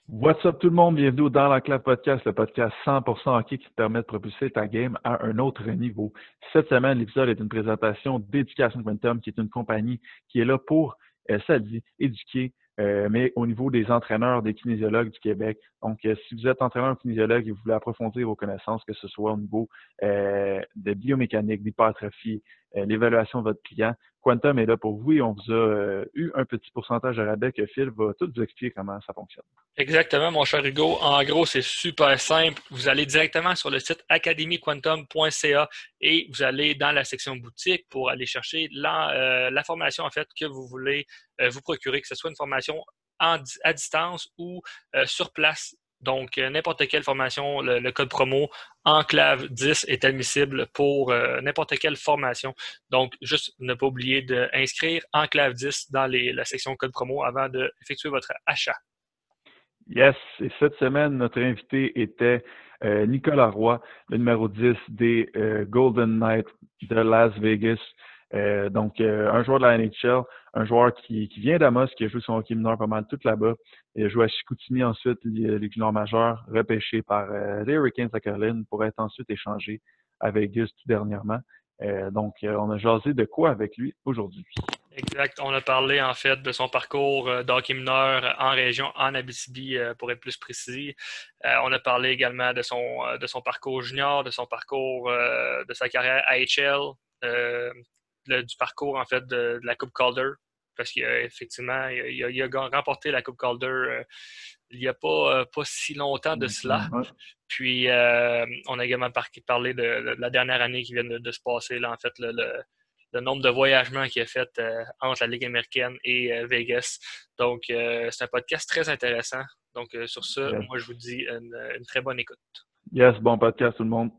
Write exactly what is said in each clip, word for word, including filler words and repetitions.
What's up tout le monde, bienvenue au Dans la Clap Podcast, le podcast cent pour cent hockey qui te permet de propulser ta game à un autre niveau. Cette semaine, l'épisode est une présentation d'Éducation Quantum, qui est une compagnie qui est là pour, euh, ça le dit, éduquer, euh, mais au niveau des entraîneurs, des kinésiologues du Québec. Donc, euh, si vous êtes entraîneur ou kinésiologue et vous voulez approfondir vos connaissances, que ce soit au niveau euh, de biomécanique, d'hypertrophie, euh, l'évaluation de votre client, Quantum est là pour vous et on vous a euh, eu un petit pourcentage de rabais que Phil va tout vous expliquer comment ça fonctionne. Exactement, mon cher Hugo. En gros, c'est super simple. Vous allez directement sur le site academy quantum point c a et vous allez dans la section boutique pour aller chercher la, euh, la formation en fait que vous voulez euh, vous procurer, que ce soit une formation en, à distance ou euh, sur place. Donc, euh, n'importe quelle formation, le, le code promo enclave dix est admissible pour euh, n'importe quelle formation. Donc, juste ne pas oublier d'inscrire enclave dix dans les, la section code promo avant d'effectuer votre achat. Yes, et cette semaine, notre invité était euh, Nicolas Roy, le numéro dix des euh, Golden Knights de Las Vegas. Euh, donc, euh, un joueur de la N H L, un joueur qui, qui vient d'Amos, qui a joué son hockey mineur pas mal tout là-bas. Il a joué à Chicoutimi ensuite, les juniors majeurs, repêché par euh, les Hurricanes de Caroline pour être ensuite échangé à Vegas tout dernièrement. Euh, donc, euh, on a jasé de quoi avec lui aujourd'hui? Exact. On a parlé en fait de son parcours euh, d'hockey mineur en région, en Abitibi euh, pour être plus précis. Euh, on a parlé également de son, euh, de son parcours junior, de son parcours euh, de sa carrière A H L, euh, le, du parcours en fait de, de la Coupe Calder. Parce qu'effectivement, il, il, il a remporté la Coupe Calder euh, il n'y a pas, euh, pas si longtemps de cela. Ouais. Puis euh, on a également par parlé de, de, la dernière année qui vient de, de se passer, là, en fait, le, le le nombre de voyagements qu'il a fait euh, entre la Ligue américaine et euh, Vegas. Donc, euh, c'est un podcast très intéressant. Donc, euh, sur ce, Yes. moi, je vous dis une, une très bonne écoute. Yes, bon podcast tout le monde.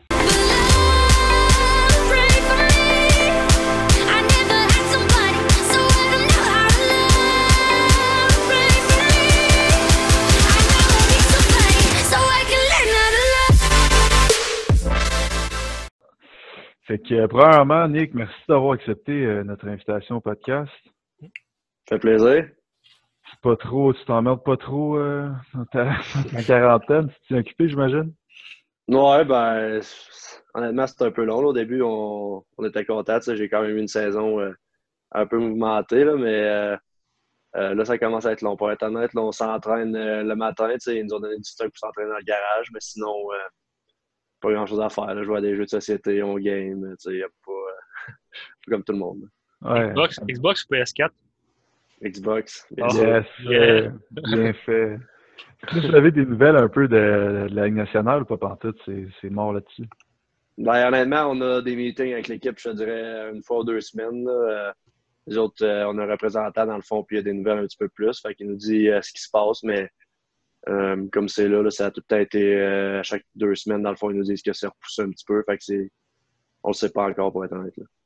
Fait que, premièrement, Nick, merci d'avoir accepté euh, notre invitation au podcast. Ça fait plaisir. C'est pas trop, tu t'emmerdes pas trop euh, dans ta, ta quarantaine, tu t'es occupé, j'imagine? Ouais, ben, honnêtement, c'était un peu long. Là. Au début, on, on était contents. J'ai quand même eu une saison euh, un peu mouvementée, là, mais euh, euh, là, ça commence à être long. Pour être honnête, là, on s'entraîne euh, le matin. Ils nous ont donné du stock pour s'entraîner dans le garage, mais sinon, euh, pas grand-chose à faire. Là. Jouer à des jeux de société, on game. Il n'y a pas, euh, pas comme tout le monde. Ouais. Xbox, Xbox ou P S quatre? Xbox, bien Oh, sûr. Yes, yeah. euh, bien fait. Est-ce que vous avez des nouvelles un peu de, de la Ligue nationale ou pas pantoute? C'est, c'est mort là-dessus. Ben, honnêtement, on a des meetings avec l'équipe, je te dirais, une fois ou deux semaines. Là. Euh, les autres, euh, on a un représentant dans le fond, puis il y a des nouvelles un petit peu plus. Fait qu'il nous dit euh, ce qui se passe, mais euh, comme c'est là, là, ça a tout le temps été euh, à chaque deux semaines, dans le fond, ils nous disent que c'est repoussé un petit peu. Fait que c'est. On ne sait pas encore pour être honnête. Là.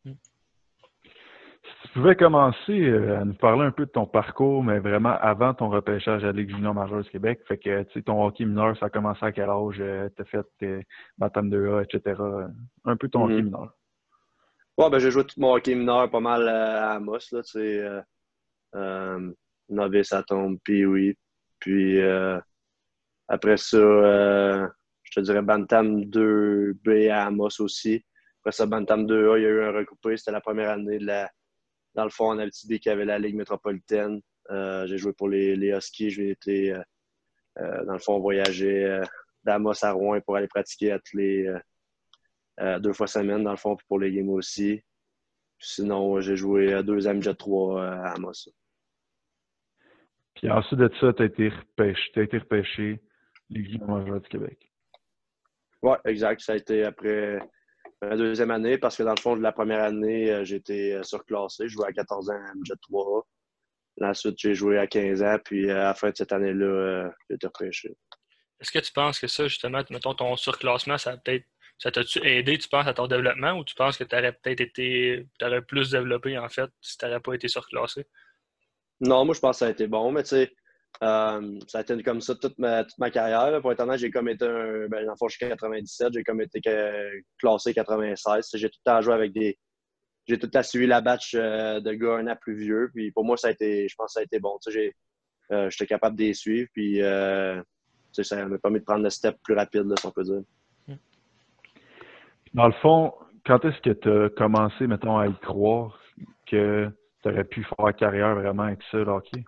Si tu pouvais commencer euh, à nous parler un peu de ton parcours, mais vraiment avant ton repêchage à la Ligue junior majeure du Québec. Fait que, tu sais, ton hockey mineur, ça a commencé à quel âge? Euh, t'as fait tes Bantam deux A, et cetera. Un peu ton Mm-hmm. hockey mineur. Ouais, ben, j'ai joué tout mon hockey mineur pas mal euh, à Amos, là, tu sais. Euh, euh, novice à tombe, puis oui. Puis euh, après ça, euh, je te dirais Bantam deux B à Amos aussi. Après ça, Bantam deux A, il y a eu un recoupé. C'était la première année de la. Dans le fond, en Abitibi, qui avait la Ligue métropolitaine. Euh, j'ai joué pour les, les Huskies. J'ai été, euh, euh, dans le fond, voyager euh, d'Amos à Rouen pour aller pratiquer à tous les euh, euh, deux fois semaine, dans le fond, puis pour les games aussi. Puis sinon, j'ai joué à deux M Jet trois euh, à Amos. Puis ensuite de ça, tu as été repêché, t'as été repêché Ligue junior majeure du Québec. Oui, exact. Ça a été après la deuxième année parce que dans le fond, de la première année, euh, j'ai été surclassé. Je jouais à quatorze ans à M Jet trois. Ensuite, j'ai joué à quinze ans. Puis à la fin de cette année-là, euh, j'ai été repêché. Est-ce que tu penses que ça, justement, mettons ton surclassement, ça a peut-être. Ça t'a-tu aidé, tu penses, à ton développement ou tu penses que tu aurais peut-être été. Tu aurais plus développé, en fait, si tu n'aurais pas été surclassé? Non, moi, je pense que ça a été bon, mais tu sais, euh, ça a été comme ça toute ma, toute ma carrière. Là. Pour être honnête, j'ai comme été un. Ben, dans le fond, je suis quatre-vingt-dix-sept, j'ai comme été classé quatre-vingt-seize. J'ai tout le temps joué avec des. J'ai tout le temps suivi la batch euh, de gars un an plus vieux. Puis pour moi, ça a été. Je pense que ça a été bon. Tu sais, j'ai euh, j'étais capable de les suivre. Puis, euh, ça m'a permis de prendre le step plus rapide, là, si on peut dire. Dans le fond, quand est-ce que tu as commencé, mettons, à y croire que tu aurais pu faire carrière vraiment avec ça, le hockey?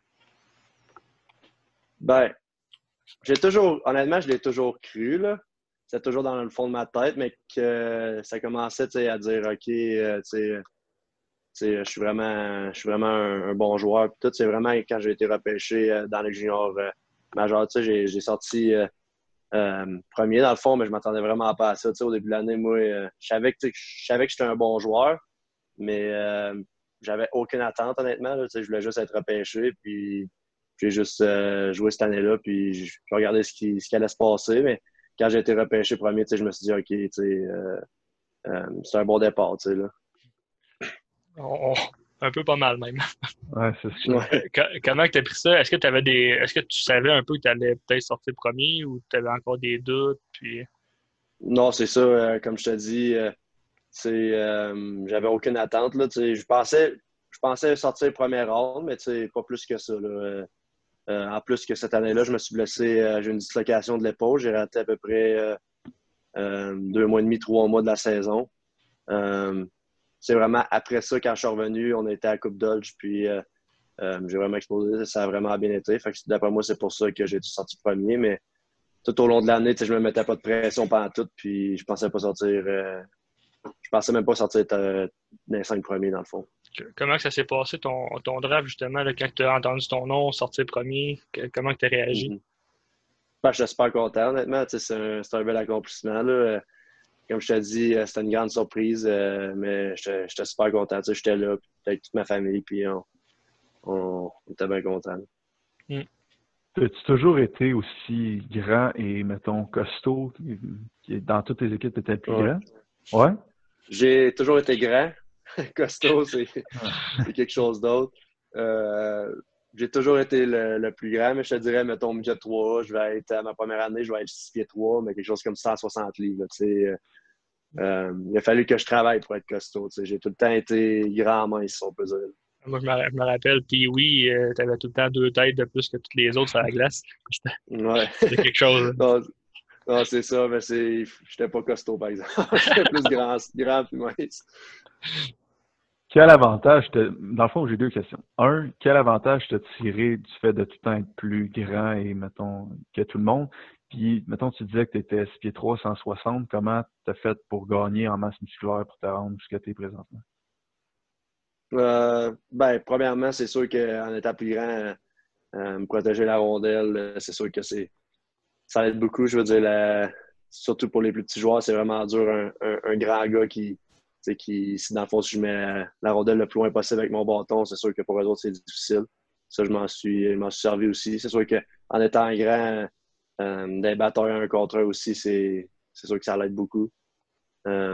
Ben, j'ai toujours, honnêtement, je l'ai toujours cru, là. C'était toujours dans le fond de ma tête, mais que ça commençait, tu sais, à dire, OK, euh, tu sais, tu sais, je suis vraiment, je suis vraiment un, un bon joueur. Puis tout, c'est vraiment quand j'ai été repêché euh, dans les juniors euh, majeurs, tu sais, j'ai, j'ai sorti euh, euh, premier dans le fond, mais je m'attendais vraiment pas à ça. Tu sais, au début de l'année, moi, euh, je savais que, tu sais, je savais que j'étais un bon joueur, mais euh, j'avais aucune attente, honnêtement, là. Tu sais, je voulais juste être repêché, puis j'ai juste euh, joué cette année-là, puis je je regardais ce qui, ce qui allait se passer, mais quand j'ai été repêché premier, tu sais, je me suis dit, OK, tu sais, euh, euh, c'est un bon départ, tu sais, là. On- on- un peu pas mal même. Ouais, c'est ça. Ouais. Co- Comment tu as pris ça? Est-ce que tu avais des. Est-ce que tu savais un peu que tu allais peut-être sortir premier ou tu avais encore des doutes? Puis. Non, c'est ça, euh, comme je te dis, euh, c'est, euh, j'avais aucune attente, là, tu sais, je pensais, je pensais sortir première ronde, mais tu sais, pas plus que ça, là. Euh, euh, en plus que cette année-là, je me suis blessé, euh, j'ai une dislocation de l'épaule, j'ai raté à peu près euh, euh, deux mois et demi, trois mois de la saison. Euh, c'est vraiment après ça, quand je suis revenu, on était à Coupe Dodge, puis euh, euh, j'ai vraiment explosé. Ça a vraiment bien été. Fait que d'après moi, c'est pour ça que j'ai sorti premier. Mais tout au long de l'année, je me mettais pas de pression pendant tout, puis je pensais pas sortir. Euh, je pensais même pas sortir euh, dans les cinq premiers, dans le fond. Que- Comment que ça s'est passé ton, ton draft, justement, là, quand tu as entendu ton nom sortir premier? Que- comment tu as réagi? Mm-hmm. Ben, j'étais super content, honnêtement. C'est un, c'est un bel accomplissement, là. Euh, Comme je te dis, euh, c'était une grande surprise, euh, mais j'étais j'étais super content. J'étais là, avec toute ma famille, puis on, on, on était bien contents. Mm. As-tu toujours été aussi grand et, mettons, costaud, qui dans toutes tes équipes, tu étais le plus Ouais. grand? Ouais? J'ai toujours été grand. Costaud, c'est Ah. c'est quelque chose d'autre. Euh, j'ai toujours été le, le plus grand, mais je te dirais, mettons, midget trois, je vais être, à ma première année, je vais être six pieds trois, mais quelque chose comme cent soixante livres. Là, tu sais. Euh, il a fallu que je travaille pour être costaud. Tu sais. J'ai tout le temps été grand mince, si on peut dire. Moi, je me, je me rappelle, puis oui, tu avais tout le temps deux têtes de plus que toutes les autres sur la glace. C'était Ouais. c'était quelque chose. non, non, c'est ça, mais c'est. J'étais pas costaud, par exemple. J'étais plus grand, grand puis mince. Quel avantage, te- dans le fond, j'ai deux questions. Un, quel avantage t'as tiré du fait de tout le temps être plus grand et, mettons, que tout le monde? Puis, mettons, tu disais que tu étais six pieds trois, cent soixante. Comment t'as fait pour gagner en masse musculaire pour te rendre jusqu'à tes présentement? Euh, ben, premièrement, c'est sûr qu'en étant plus grand, euh, me protéger la rondelle, euh, c'est sûr que c'est ça aide beaucoup. Je veux dire, la- surtout pour les plus petits joueurs, c'est vraiment dur. Un, un, un grand gars qui, tu sais, qui, si dans le fond, si je mets la rondelle le plus loin possible avec mon bâton, c'est sûr que pour eux autres, c'est difficile. Ça, je m'en suis, je m'en suis servi aussi. C'est sûr qu'en étant grand, euh, des batailles un contre un aussi, c'est c'est sûr que ça l'aide beaucoup. Euh,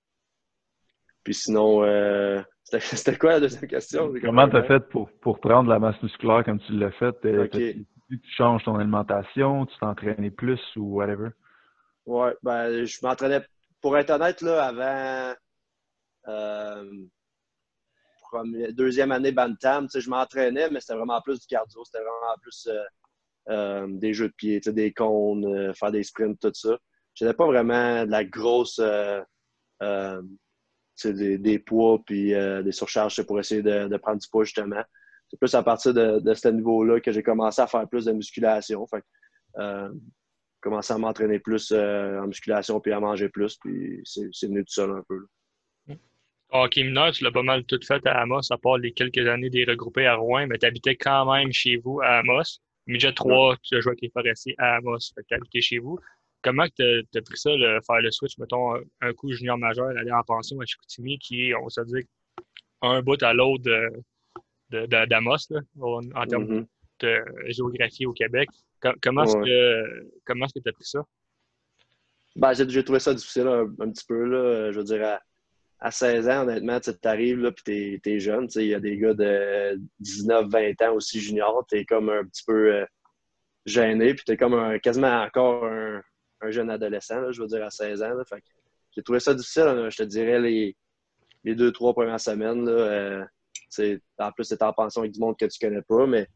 puis sinon, euh, c'était c'était quoi la deuxième question? J'ai comme Comment un t'as blanc. fait pour, pour prendre la masse musculaire comme tu l'as fait? T'as- OK. t'as-tu dit que tu changes ton alimentation, tu t'entraînais plus ou whatever? Ouais, ben, je m'entraînais, pour être honnête, là, avant euh, première- deuxième année Bantam, tu sais, je m'entraînais, mais c'était vraiment plus du cardio, c'était vraiment plus euh, euh, des jeux de pied, tu sais, des cônes, euh, faire des sprints, tout ça. Je n'avais pas vraiment de la grosse, euh, euh, tu sais, des, des poids puis euh, des surcharges tu sais, pour essayer de, de prendre du poids, justement. C'est plus à partir de, de ce niveau-là que j'ai commencé à faire plus de musculation. Fait que, euh, commencé à m'entraîner plus euh, en musculation puis à manger plus, puis c'est c'est venu tout seul un peu. Là. Hockey mineur, tu l'as pas mal tout fait à Amos, à part les quelques années des regroupés à Rouen, mais tu habitais quand même chez vous à Amos. Midget Ouais. trois, tu as joué avec les Forestiers à Amos, fait que tu habité chez vous. Comment tu as pris ça, le, faire le switch, mettons, un coup junior majeur, aller en pension à Chicoutimi, qui est, on se dit, un bout à l'autre de, de, de- d'Amos, là, en, en termes Mm-hmm. de géographie au Québec. Com- comment est-ce Ouais. que comment est-ce que tu as pris ça? Ben, j'ai j'ai trouvé ça difficile un, un petit peu. Là. Je veux dire, à, à seize ans, honnêtement, tu arrives et tu es, jeune. Il y a des gars de dix-neuf vingt ans aussi juniors. Tu es comme un petit peu euh, gêné. Puis tu es comme un, quasiment encore un, un jeune adolescent, là, je veux dire, à seize ans. Là. Fait que j'ai trouvé ça difficile, hein, je te dirais, les, les deux, trois premières semaines. Là, euh, en plus, tu es en pension avec du monde que tu connais pas. Mais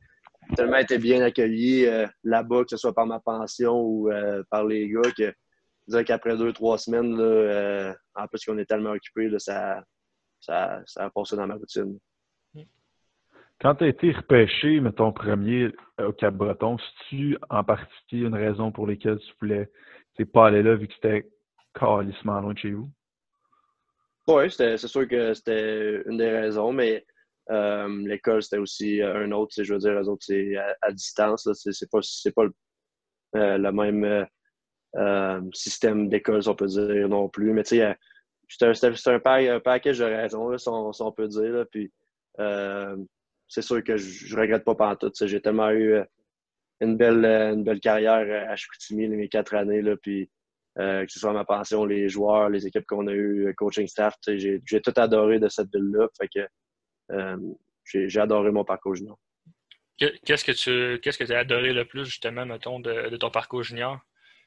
tellement été bien accueilli euh, là-bas, que ce soit par ma pension ou euh, par les gars, que je dirais qu'après deux, trois semaines, là, euh, en plus qu'on est tellement occupés, là, ça, ça, ça a passé dans ma routine. Quand tu as été repêché, mettons, premier au Cap-Breton, c'est-tu en partie une raison pour laquelle tu voulais pas aller là vu que c'était calissement loin de chez vous? Oui, c'est sûr que c'était une des raisons, mais euh, l'école, c'était aussi un autre. Je veux dire, eux autres, c'est à, à distance. C'est pas, c'est pas le, euh, le même euh, euh, système d'école, si on peut dire, non plus. Mais tu sais, c'est un, c'est un, pa un package de raisons, là, si, on, si on peut dire. Là, puis, euh, c'est sûr que je, je regrette pas pantoute. J'ai tellement eu une belle, une belle carrière à Chicoutimi, mes quatre années. Là, puis, euh, que ce soit ma pension, les joueurs, les équipes qu'on a eues, coaching staff, j'ai tout adoré de cette ville-là. Fait que euh, j'ai adoré mon parcours junior. Qu'est-ce que tu qu'est-ce que tu as adoré le plus, justement, mettons, de, de ton parcours junior?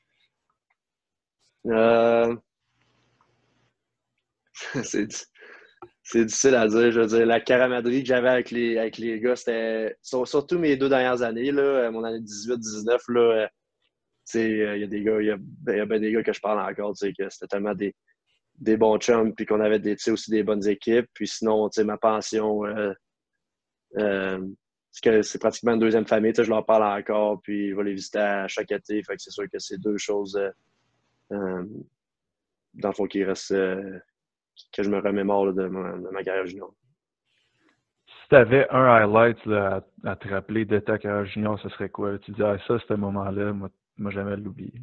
Euh... c'est difficile à dire. Je veux dire, la camaraderie que j'avais avec les, avec les gars, c'était surtout mes deux dernières années, là, mon année dix-huit dix-neuf, là, il y a des gars, il y a, y a ben des gars que je parle encore, que c'était tellement des, des bons chums, puis qu'on avait des, aussi des bonnes équipes. Puis sinon, ma pension, euh, euh, c'est pratiquement une deuxième famille. Je leur parle encore, puis je vais les visiter à chaque été. Fait que c'est sûr que c'est deux choses, euh, euh, dans le fond, qui restent, euh, que je me remémore là, de, ma, de ma carrière junior. Si tu avais un highlight là, à, à te rappeler de ta carrière junior, ce serait quoi? Tu disais, ah, ça, ce moment-là, moi, moi jamais l'oublier.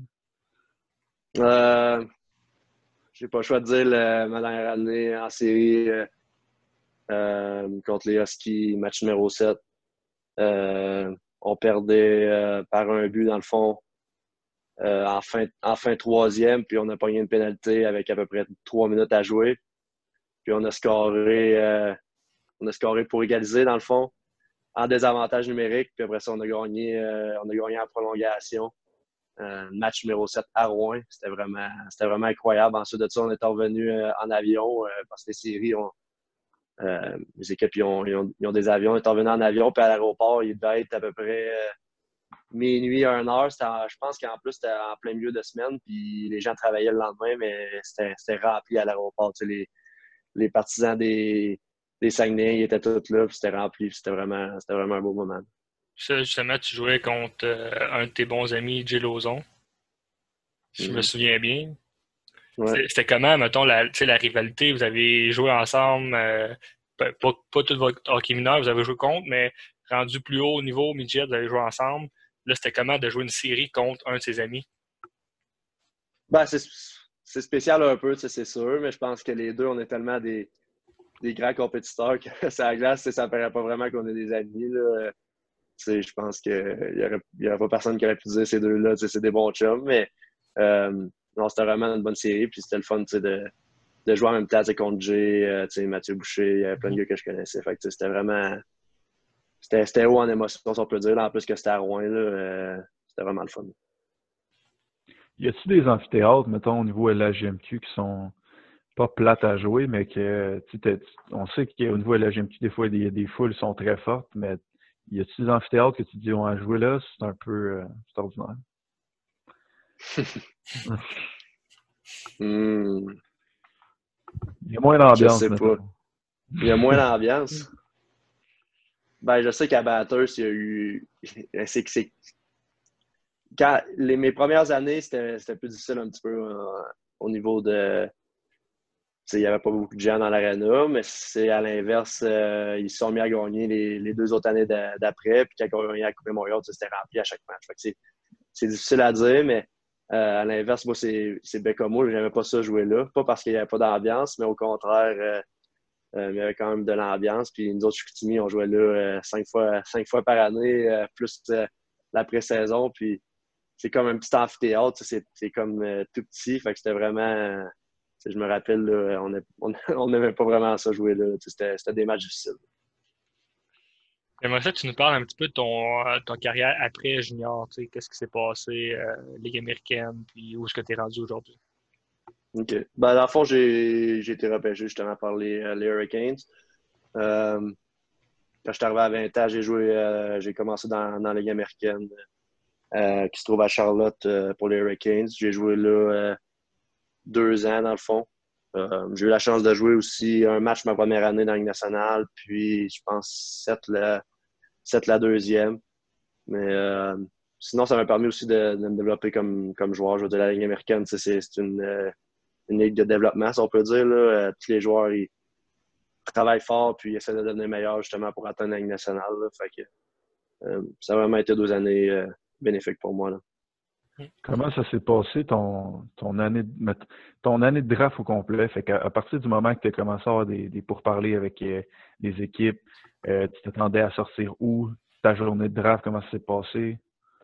Euh, J'ai pas le choix de dire le, ma dernière année en série euh, euh, contre les Huskies, match numéro sept. Euh, on perdait euh, par un but, dans le fond, euh, en, fin, en fin troisième, puis on a pogné une pénalité avec à peu près trois minutes à jouer. Puis on a scoré, euh, on a scoré pour égaliser, dans le fond, en désavantage numérique. Puis après ça, on a gagné, euh, on a gagné en prolongation. Euh, match numéro sept à Rouen. C'était vraiment, c'était vraiment incroyable. Ensuite de ça, on est revenu euh, en avion euh, parce que les séries, ont, euh, les équipes ils ont, ils ont, ils ont des avions. On est revenu en avion, puis à l'aéroport, il devait être à peu près euh, minuit, une heure. Je pense qu'en plus, c'était en plein milieu de semaine, puis les gens travaillaient le lendemain, mais c'était rempli à l'aéroport. Tu sais, les, les partisans des, des Saguenay, ils étaient tous là, puis c'était rempli. C'était vraiment, c'était vraiment un beau moment. Ça, justement, tu jouais contre euh, un de tes bons amis, Jay Lauzon, si mm-hmm. je me souviens bien. Ouais. C'était comment, mettons, la, la rivalité? Vous avez joué ensemble, euh, pas, pas tout votre hockey mineur, vous avez joué contre, mais rendu plus haut au niveau, midget, vous avez joué ensemble. Là, c'était comment de jouer une série contre un de ses amis? Ben, c'est spécial un peu, c'est sûr, mais je pense que les deux, on est tellement des, des grands compétiteurs que ça la glace, ça ne paraît pas vraiment qu'on est des amis. Là. Je pense qu'il n'y aurait, aurait pas personne qui aurait pu dire ces deux-là, c'est des bons chums, mais euh, non, c'était vraiment une bonne série, puis c'était le fun de, de jouer en même temps contre Jay, euh, Mathieu Boucher, il y avait plein de gars que je connaissais. Fait que c'était vraiment. C'était haut en émotion, si on peut dire. Là, en plus que c'était à Rouen, euh, c'était vraiment le fun. Y a-t-il des amphithéâtres, mettons, au niveau de la G M Q qui sont pas plates à jouer, mais que on sait qu'au niveau de la G M Q, des fois, il y a des foules qui sont très fortes, mais y a-t-il des amphithéâtres que tu dis on a joué là, c'est un peu euh, c'est ordinaire. hmm. Il y a moins d'ambiance. Je sais pas. Il y a moins d'ambiance. Ben, je sais qu'à Bathurst, il y a eu. C'est que c'est. Quand les, mes premières années, c'était plus difficile un petit peu euh, au niveau de. Il n'y avait pas beaucoup de gens dans l'aréna, mais c'est à l'inverse, euh, ils se sont mis à gagner les, les deux autres années d'après. Puis quand on a gagné la Coupe Montréal, c'était rempli à chaque match. C'est difficile à dire, mais euh, à l'inverse, moi, c'est Bécomo. Je n'aimais pas ça jouer là. Pas parce qu'il n'y avait pas d'ambiance, mais au contraire, euh, euh, il y avait quand même de l'ambiance. Puis nous autres, Chicoutimi, on jouait là euh, cinq, fois, cinq fois par année, euh, plus euh, la pré-saison. Puis c'est comme un petit amphithéâtre. C'est comme euh, tout petit. Fait que c'était vraiment. Euh, je me rappelle, là, on n'aimait pas vraiment ça jouer là. C'était des matchs difficiles. J'aimerais ça que tu nous parles un petit peu de ton, ton carrière après junior. Qu'est-ce qui s'est passé, euh, Ligue américaine, puis où est-ce que tu es rendu aujourd'hui? OK. Ben, dans le fond, j'ai été repêché justement par les, les Hurricanes. Euh, quand je suis arrivé à vingt ans, j'ai joué, euh, j'ai commencé dans, dans la Ligue américaine euh, qui se trouve à Charlotte euh, pour les Hurricanes. J'ai joué là euh, deux ans dans le fond. Euh, j'ai eu la chance de jouer aussi un match ma première année dans la Ligue nationale, puis je pense sept la, sept la deuxième. Mais euh, sinon, ça m'a permis aussi de, de me développer comme, comme joueur. Je veux dire, la Ligue américaine, c'est, c'est une, euh, une ligue de développement, si on peut dire. Là. Euh, tous les joueurs, ils travaillent fort puis ils essaient de devenir meilleurs justement pour atteindre la Ligue nationale. Là. Fait que, euh, ça a vraiment été deux années euh, bénéfiques pour moi. Là. Comment ça s'est passé ton, ton année de ton année de draft au complet? Fait qu'à à partir du moment que tu as commencé à avoir des, des pourparlers avec euh, les équipes, euh, tu t'attendais à sortir où? Ta journée de draft, comment ça s'est passé?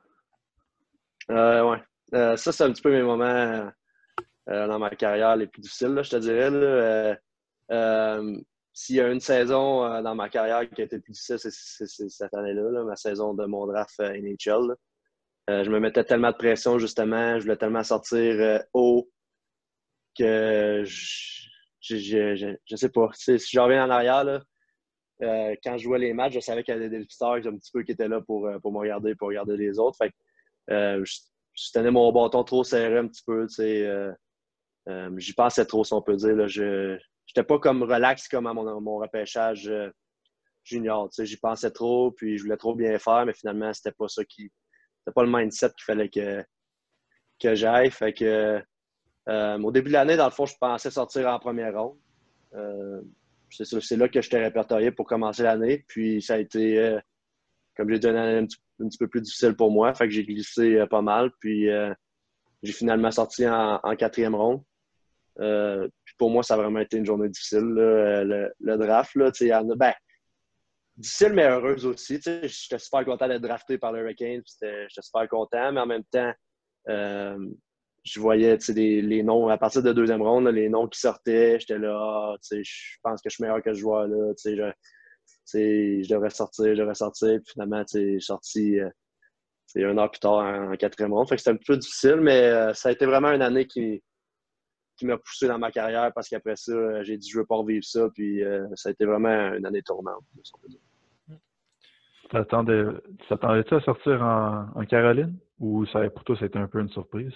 Euh, ouais. Euh, ça, c'est un petit peu mes moments euh, dans ma carrière les plus difficiles, là, je te dirais. Là. Euh, euh, s'il y a une saison euh, dans ma carrière qui a été plus difficile, c'est, c'est, c'est cette année-là, là, ma saison de mon draft euh, N H L. Là. Euh, je me mettais tellement de pression, justement. Je voulais tellement sortir euh, haut que je, je, je, je, je sais pas. Si je reviens en arrière, là, euh, quand je jouais les matchs, je savais qu'il y avait des stars un petit peu qui étaient là pour, pour me regarder, pour regarder les autres. Fait que, euh, je, je tenais mon bâton trop serré un petit peu. Euh, euh, j'y pensais trop, si on peut dire. Là. Je n'étais pas comme relax comme à mon, mon repêchage euh, junior. J'y pensais trop, puis je voulais trop bien faire, mais finalement, c'était pas ça qui. C'était pas le mindset qu'il fallait que, que j'aille. Fait que euh, au début de l'année, dans le fond, je pensais sortir en première ronde. Euh, c'est, c'est là que je t'ai répertorié pour commencer l'année. Puis ça a été, euh, comme j'ai dit, une année un petit, un petit peu plus difficile pour moi. Fait que j'ai glissé euh, pas mal. Puis euh, j'ai finalement sorti en, en quatrième ronde. Euh, puis pour moi, ça a vraiment été une journée difficile, là, le, le draft. Là, y en a, ben, difficile, mais heureuse aussi. J'étais super content d'être drafté par le Hurricane. J'étais super content, mais en même temps, euh, je voyais des, les noms à partir de deuxième ronde, là, les noms qui sortaient. J'étais là, ah, je pense que je suis meilleur que ce joueur-là. Je, je devrais sortir, je devrais sortir. Puis finalement, je suis sorti euh, une heure plus tard en, en quatrième ronde. Fait que c'était un peu difficile, mais euh, ça a été vraiment une année qui, qui m'a poussé dans ma carrière parce qu'après ça, j'ai dit je veux pas revivre ça. Puis euh, ça a été vraiment une année tournante, si on peut dire. T'attendais-tu à sortir en, en Caroline ou ça, pour toi, c'était un peu une surprise?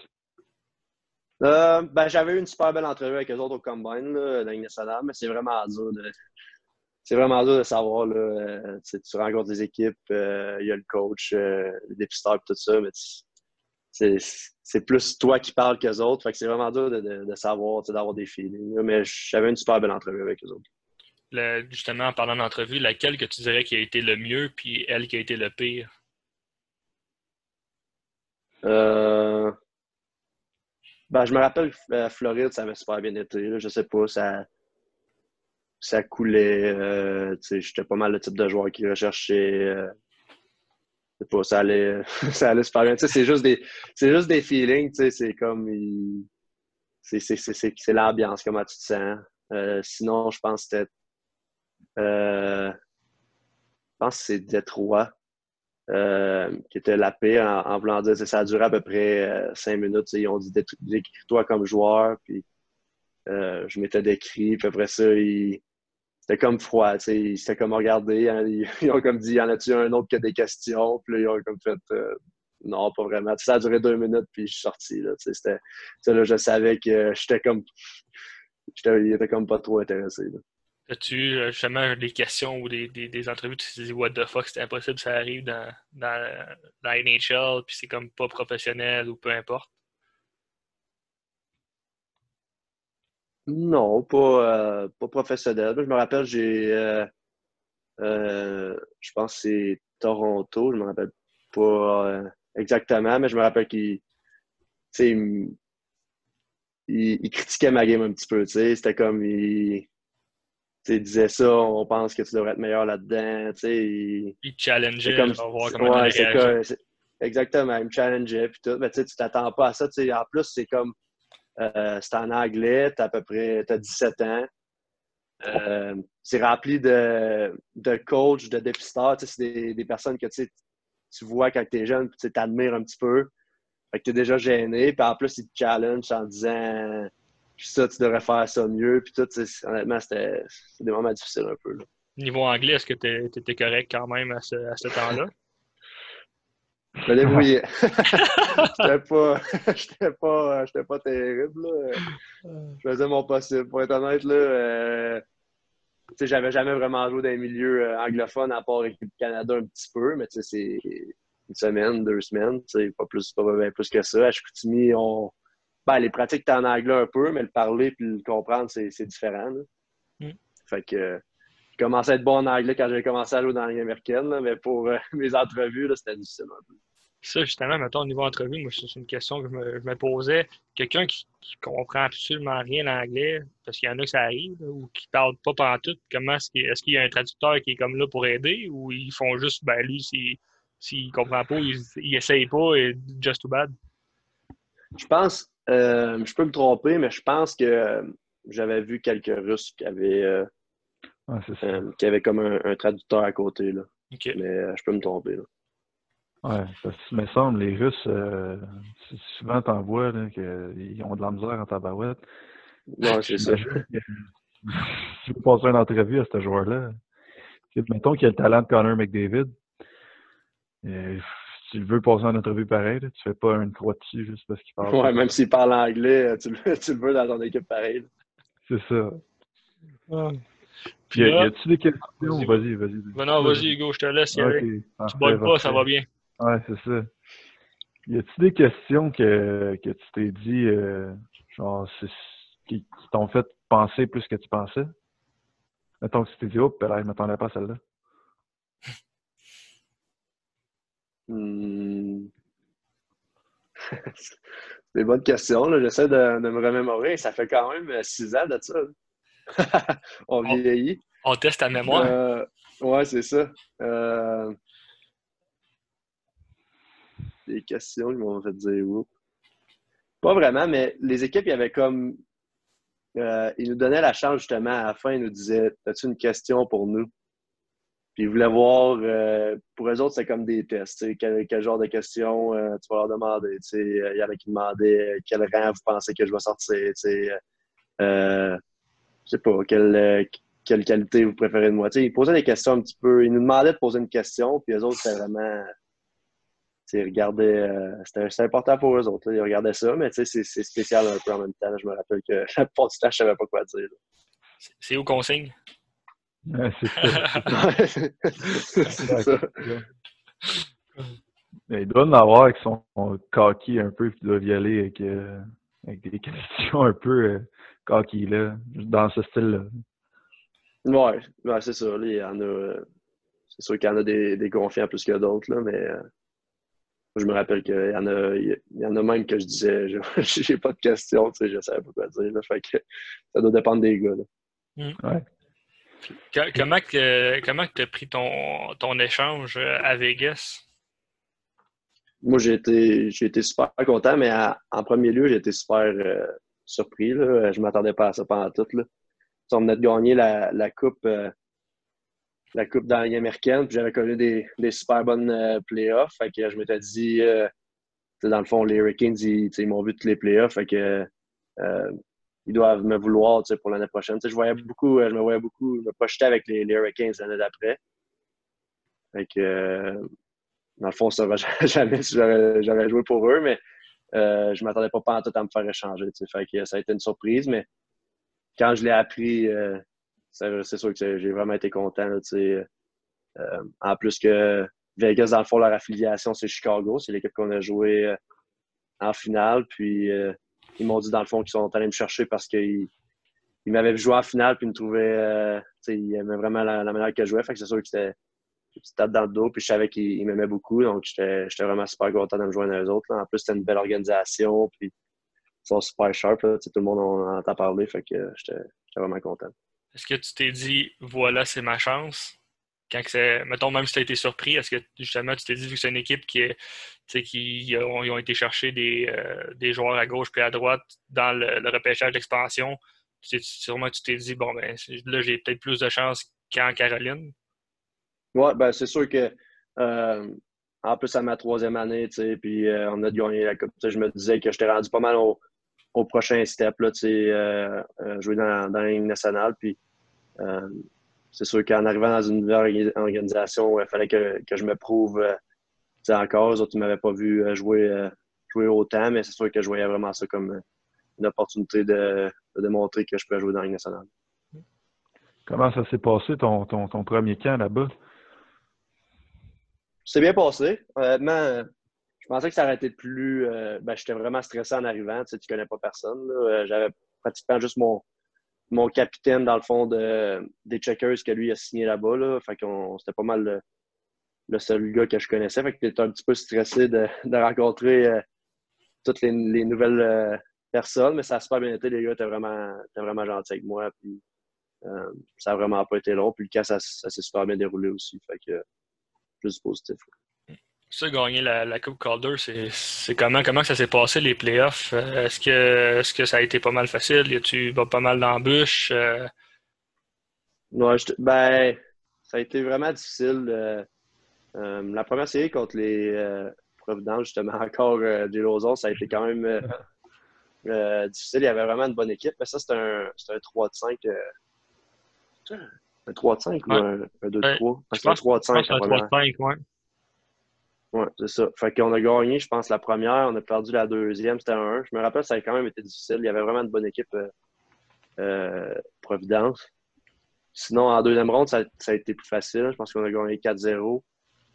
Euh, ben, j'avais eu une super belle entrevue avec eux autres au Combine, là, dans la Ligue nationale, mais c'est vraiment dur de, c'est vraiment dur de savoir. Là, euh, tu rencontres des équipes, il euh, y a le coach, euh, le dépisteur et tout ça, mais c'est, c'est plus toi qui parles qu'eux autres. Fait que c'est vraiment dur de, de, de savoir, d'avoir des feelings. Là, mais j'avais une super belle entrevue avec eux autres. Le, justement, en parlant d'entrevue, laquelle que tu dirais qui a été le mieux, puis elle qui a été le pire? Euh... Ben, je me rappelle euh, Floride, ça avait super bien été. Là. Je sais pas, ça, ça coulait. Euh, j'étais pas mal le type de joueur qui recherchait. Euh, je sais pas, ça allait, ça allait super bien. C'est juste des, c'est juste des feelings. C'est comme. Il, c'est, c'est, c'est, c'est, c'est l'ambiance, comment tu te sens. Euh, sinon, je pense que c'était. Euh, je pense que c'est Détroit. Euh, qui était la pire en, en voulant dire, ça a duré à peu près euh, cinq minutes. Ils ont dit décris-toi comme joueur, puis euh, je m'étais décrit, puis après ça, il, c'était comme froid. C'était comme regarder, hein, ils, ils ont comme dit, y en a-tu un autre qui a des questions? Puis là, ils ont comme fait euh, non, pas vraiment. T'sais, ça a duré deux minutes, puis je suis sorti. Là, c'était, là, je savais que j'étais comme. J'étais, il était comme pas trop intéressé. Là. As-tu justement des questions ou des, des, des entrevues, tu te dis what the fuck, c'est impossible, ça arrive dans, dans la N H L, puis c'est comme pas professionnel ou peu importe? Non, pas, euh, pas professionnel. Je me rappelle, j'ai. Euh, euh, je pense que c'est Toronto, je me rappelle pas euh, exactement, mais je me rappelle qu'il. Il, il, il critiquait ma game un petit peu. C'était comme. Il, il disait ça, on pense que tu devrais être meilleur là-dedans. Il, il challengeait, comme, genre, voir comment ouais, il c'est réagir. exactement, il me challengeait. Puis tout, mais tu t'attends pas à ça. En plus, c'est comme. Euh, c'est en anglais, t'as à peu près t'as dix-sept ans. Euh, c'est rempli de, de coachs, de dépisteurs. C'est des, des personnes que tu vois quand tu es jeune, tu t'admires un petit peu. Fait que tu es déjà gêné. Puis en plus, ils te challenge en disant ça, tu devrais faire ça mieux. Puis tout, honnêtement, c'était des moments difficiles un peu. Là. Niveau anglais, est-ce que tu étais correct quand même à ce, à ce temps-là? Je me débrouillais. J'étais pas, j'étais pas, j'étais pas terrible, là. Je faisais mon possible. Pour être honnête, là, euh, tu sais, j'avais jamais vraiment joué dans les milieux euh, anglophones à part l'équipe du Canada un petit peu, mais tu sais, c'est une semaine, deux semaines, tu sais, pas plus, pas bien plus que ça. À Chicoutimi, on... ben, les pratiques étaient en anglais un peu, mais le parler puis le comprendre, c'est différent, là. Mm. Fait que euh, je commençais à être bon en anglais quand j'ai commencé à jouer dans la Ligue américaine, là, mais pour euh, mes entrevues, là, c'était difficile un peu. Ça, justement, mettons, au niveau entrevue, moi, c'est une question que je me, je me posais. Quelqu'un qui, qui comprend absolument rien l'anglais, parce qu'il y en a que ça arrive, là, ou qui parle pas pantoute, comment est-ce qu'il est-ce qu'il y a un traducteur qui est comme là pour aider, ou ils font juste, ben lui, s'il s'il comprend pas, il, il essaye pas, et just too bad? Je pense, euh, je peux me tromper, mais je pense que euh, j'avais vu quelques Russes qui avaient, euh, Ouais, c'est ça. euh, qui avaient comme un, un traducteur à côté, là. OK. Mais euh, je peux me tromper, là. Ouais, parce que, il me semble, les Russes, euh, souvent, t'en vois là, qu'ils ont de la misère en tabarouette. Non, c'est ça. J'imagine que si vous passez une entrevue à ce joueur-là, mettons qu'il a le talent de Connor McDavid, et si tu veux passer une entrevue pareille, là, tu fais pas une croix dessus juste parce qu'il parle Ouais, pas. même s'il parle anglais, tu le, tu le veux dans ton équipe pareil, là. C'est ça. Ah. Puis, Puis y, a- y là, a-tu des questions? vas-y, vas-y. Vas-y, vas-y. Ben non, Vas-y. vas-y, Hugo, je te laisse y Ok, aller. Tu parfait, bugs pas, ça parfait. va bien. Ouais, c'est ça. Y a-tu des questions que, que tu t'es dit, euh, genre, c'est- qui, qui t'ont fait penser plus que tu pensais? Mettons que tu t'es dit, oh, là, je m'attendais pas à celle-là. Hmm. C'est des bonnes questions, là. J'essaie de, de me remémorer. Ça fait quand même euh, six ans de ça, là. On On, vieillit. on teste ta mémoire. Euh, ouais, c'est ça. Euh, des questions qui m'ont fait dire oups. Pas vraiment, mais les équipes, il y avait comme. Euh, ils nous donnaient la chance justement à la fin, ils nous disaient as-tu une question pour nous? Puis ils voulaient voir, euh, pour eux autres, c'est comme des tests. Tu sais, quel, quel genre de questions euh, tu vas leur demander? Tu sais, il y en a qui demandaient quel rang vous pensez que je vais sortir? Tu sais, euh, je sais pas, quelle, euh, quelle qualité vous préférez de moi? Tu sais, ils posaient des questions un petit peu. Ils nous demandaient de poser une question, puis eux autres, c'était vraiment. Tu sais, ils regardaient. Euh, c'était, c'était important pour eux autres, là. Ils regardaient ça, mais tu sais, c'est, c'est spécial un peu en même temps, là. Je me rappelle que la plupart du temps, je savais pas quoi dire, là. C'est où qu'on signe? Ouais, c'est ça. c'est C'est ça. Mais il doit en avoir qui sont coquilles un peu, qui doivent y aller avec, euh, avec des questions un peu euh, coquilles, là, dans ce style-là. Ouais, ouais, c'est ça. Là, il y en a. euh, C'est sûr qu'il y en a des, des confiants plus que d'autres, là, mais euh, je me rappelle qu'il y en a, il y en a même que je disais, j'ai j'ai pas de questions, tu sais, je savais pas quoi dire, là, fait que ça doit dépendre des gars, là. Hmm. Ouais. Que- Comment que comment que tu as pris ton, ton échange euh, à Vegas? Moi, j'ai été, j'ai été super content, mais à- en premier lieu, j'ai été super euh, surpris, là. Je m'attendais pas à ça pendant tout, là. Tu sais, on venait de gagner la, la coupe, euh, la coupe dans la Ligue américaine, puis j'avais connu des, des super bonnes euh, playoffs, fait que je m'étais dit, euh, tu sais, dans le fond, les Hurricanes, ils, tu sais, ils m'ont vu tous les playoffs, fait que euh, ils doivent me vouloir, tu sais, pour l'année prochaine. Tu sais, je voyais beaucoup, euh, je me voyais beaucoup, je me projetais avec les, les Hurricanes l'année d'après. Fait que, euh, dans le fond, ça va jamais si j'aurais j'aurais joué pour eux, mais euh, je m'attendais pas pantoute à me faire échanger. Tu sais. Fait que ça a été une surprise, mais quand je l'ai appris, euh, c'est c'est sûr que j'ai vraiment été content. Là, tu sais. Euh, en plus que Vegas, dans le fond, leur affiliation, c'est Chicago. C'est l'équipe qu'on a joué euh, en finale. Puis euh, ils m'ont dit, dans le fond, qu'ils sont allés me chercher parce qu'ils il m'avait vu jouer en finale, puis il me trouvait, euh, il aimait vraiment la, la manière que je jouais. Fait que c'est sûr que c'était une petite tape dans le dos, puis je savais qu'il m'aimait beaucoup, donc j'étais vraiment super content de me joindre à eux autres, là. En plus, c'était une belle organisation, puis ils sont super sharp, là. Tout le monde en entend parler, fait que j'étais vraiment content. Est-ce que tu t'es dit, voilà, c'est ma chance? Quand que c'est, mettons, même si tu as été surpris, est-ce que justement tu t'es dit, vu que c'est une équipe qui, est, qui ont, ils ont été chercher des, euh, des joueurs à gauche puis à droite dans le, le repêchage d'expansion, sûrement tu t'es dit, bon, ben là, j'ai peut-être plus de chance qu'en Caroline? Ouais, ben c'est sûr que euh, en plus à ma troisième année, tu sais, puis euh, on a gagné la coupe. Tu sais, je me disais que j'étais rendu pas mal au, au prochain step, là, tu sais, euh, euh, jouer dans, dans la Ligue nationale. Puis euh, c'est sûr qu'en arrivant dans une nouvelle organisation, il fallait que, que je me prouve euh, encore. Les autres, ils ne m'avaient pas vu euh, jouer, euh, jouer autant, mais c'est sûr que je voyais vraiment ça comme euh, une opportunité de, de démontrer que je peux jouer dans la Ligue nationale. Comment ça s'est passé ton, ton, ton premier camp là-bas? C'est bien passé. Honnêtement, je pensais que ça aurait été plus. Euh, ben, j'étais vraiment stressé en arrivant. Tu sais, tu connais pas personne. Là. J'avais pratiquement juste mon, mon capitaine, dans le fond, de, des Checkers que lui a signé là-bas. Là. Fait qu'on, c'était pas mal le, le seul gars que je connaissais. Fait que j'étais un petit peu stressé de, de rencontrer euh, toutes les, les nouvelles euh, personnes. Mais ça a super bien été. Les gars étaient vraiment, étaient vraiment gentils avec moi. Puis, euh, ça a vraiment pas été long. Puis le cas, ça, ça s'est super bien déroulé aussi. Fait que juste positif. Ça, gagner la, la Coupe Calder, c'est, c'est comment, comment ça s'est passé, les playoffs? Euh, est-ce que, est-ce que ça a été pas mal facile? Y a-tu pas mal d'embûches? Euh... Ouais, je, ben, ça a été vraiment difficile. Euh, euh, la première série contre les euh, Providence, justement, encore euh, des Lozons, ça a été quand même euh, euh, difficile. Il y avait vraiment une bonne équipe. Mais ça, c'est un, c'est un trois de cinq. Euh, un trois de cinq ou Ouais. un, un deux de Ouais. trois? Je C'est un pense, trois de je pense cinq que c'est la un trois première. cinq, ouais. Ouais, c'est ça. Fait qu'on a gagné, je pense, la première. On a perdu la deuxième. C'était un un. Je me rappelle, ça a quand même été difficile. Il y avait vraiment une bonne équipe euh, euh, Providence. Sinon, en deuxième ronde, ça, ça a été plus facile. Je pense qu'on a gagné quatre zéro.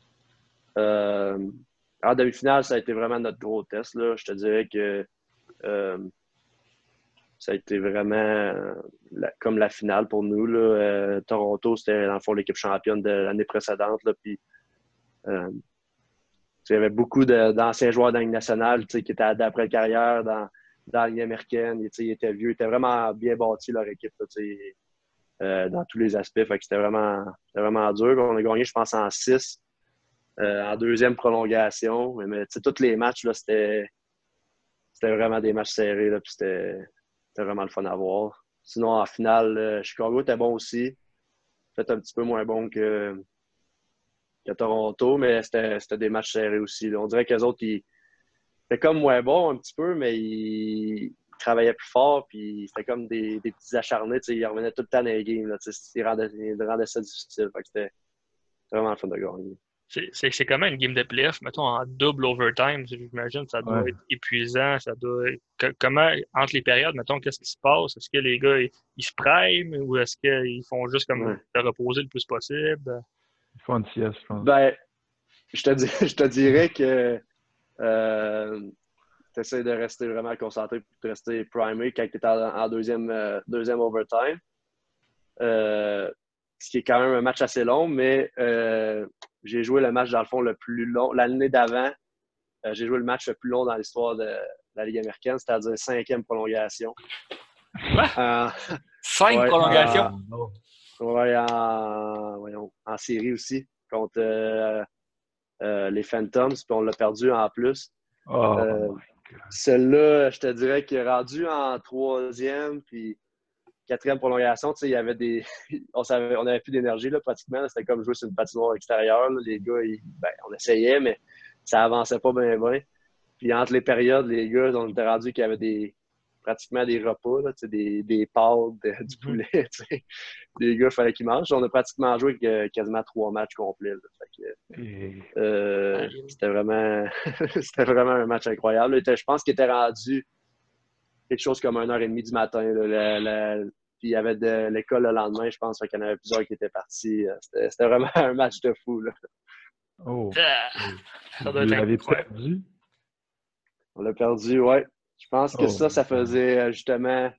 Euh, en demi-finale, ça a été vraiment notre gros test. Là. Je te dirais que euh, ça a été vraiment euh, la, comme la finale pour nous. Là. Euh, Toronto, c'était dans le fond l'équipe championne de l'année précédente. Là, puis, euh, il y avait beaucoup de, d'anciens joueurs de la Ligue nationale qui étaient d'après carrière dans, dans la Ligue américaine. Ils étaient vieux, ils étaient vraiment bien bâtis leur équipe là, euh, dans tous les aspects. Fait que c'était vraiment, c'était vraiment dur. On a gagné, je pense, en six. Euh, en deuxième prolongation. Mais, mais tous les matchs, là, c'était, c'était vraiment des matchs serrés. Là, puis c'était, c'était vraiment le fun à voir. Sinon, en finale, euh, Chicago était bon aussi. Peut-être un petit peu moins bon que, que Toronto, mais c'était, c'était des matchs serrés aussi. Là. On dirait qu'eux autres, ils étaient comme moins bons un petit peu, mais ils, ils travaillaient plus fort. Puis c'était comme des, des petits acharnés. Ils revenaient tout le temps dans les games. Là, ils, rendaient, ils rendaient ça difficile. Fait que c'était vraiment le fun de gagner. C'est, c'est, c'est comment une game de playoff, mettons, en double overtime? J'imagine que ça doit Ouais. être épuisant. Ça doit être... que- comment, entre les périodes, mettons, qu'est-ce qui se passe? Est-ce que les gars, ils, ils se priment ou est-ce qu'ils font juste comme Ouais. se reposer le plus possible? Ils font une sieste, je pense. Ben, je te, dis, je te dirais que euh, tu essaies de rester vraiment concentré de rester primé quand tu es en, en deuxième, euh, deuxième overtime. Euh, ce qui est quand même un match assez long, mais euh, j'ai joué le match, dans le fond, le plus long. L'année d'avant, euh, j'ai joué le match le plus long dans l'histoire de la Ligue américaine, c'est-à-dire cinquième prolongation. Quoi? Euh, Cinq ouais, prolongations? en, ouais, en, voyons, en série aussi, contre euh, euh, les Phantoms, puis on l'a perdu en plus. Oh, Euh, Celle-là, je te dirais qu'il est rendu en troisième, puis quatrième prolongation, tu sais, il y avait des. On savait, on n'avait plus d'énergie, là, pratiquement. C'était comme jouer sur une patinoire extérieure. Là. Les gars, ils... ben, on essayait, mais ça avançait pas bien, bien. Puis entre les périodes, les gars, on était rendu qu'il y avait des pratiquement des repas, là, tu sais, des, des pâtes, de- du poulet, tu sais. Les gars, il fallait qu'ils mangent. On a pratiquement joué que- quasiment trois matchs complets. Là. Fait que, Et... euh, c'était vraiment c'était vraiment un match incroyable. Je pense qu'il était rendu quelque chose comme une heure et demie du matin. Là, la, la... Puis il y avait de l'école le lendemain, je pense, qu'il y en avait plusieurs qui étaient partis. C'était, c'était vraiment un match de fou. Là. Oh. Ah, ça Vous doit être l'avez incroyable. perdu? On l'a perdu, ouais. Je pense que Oh. ça, ça faisait justement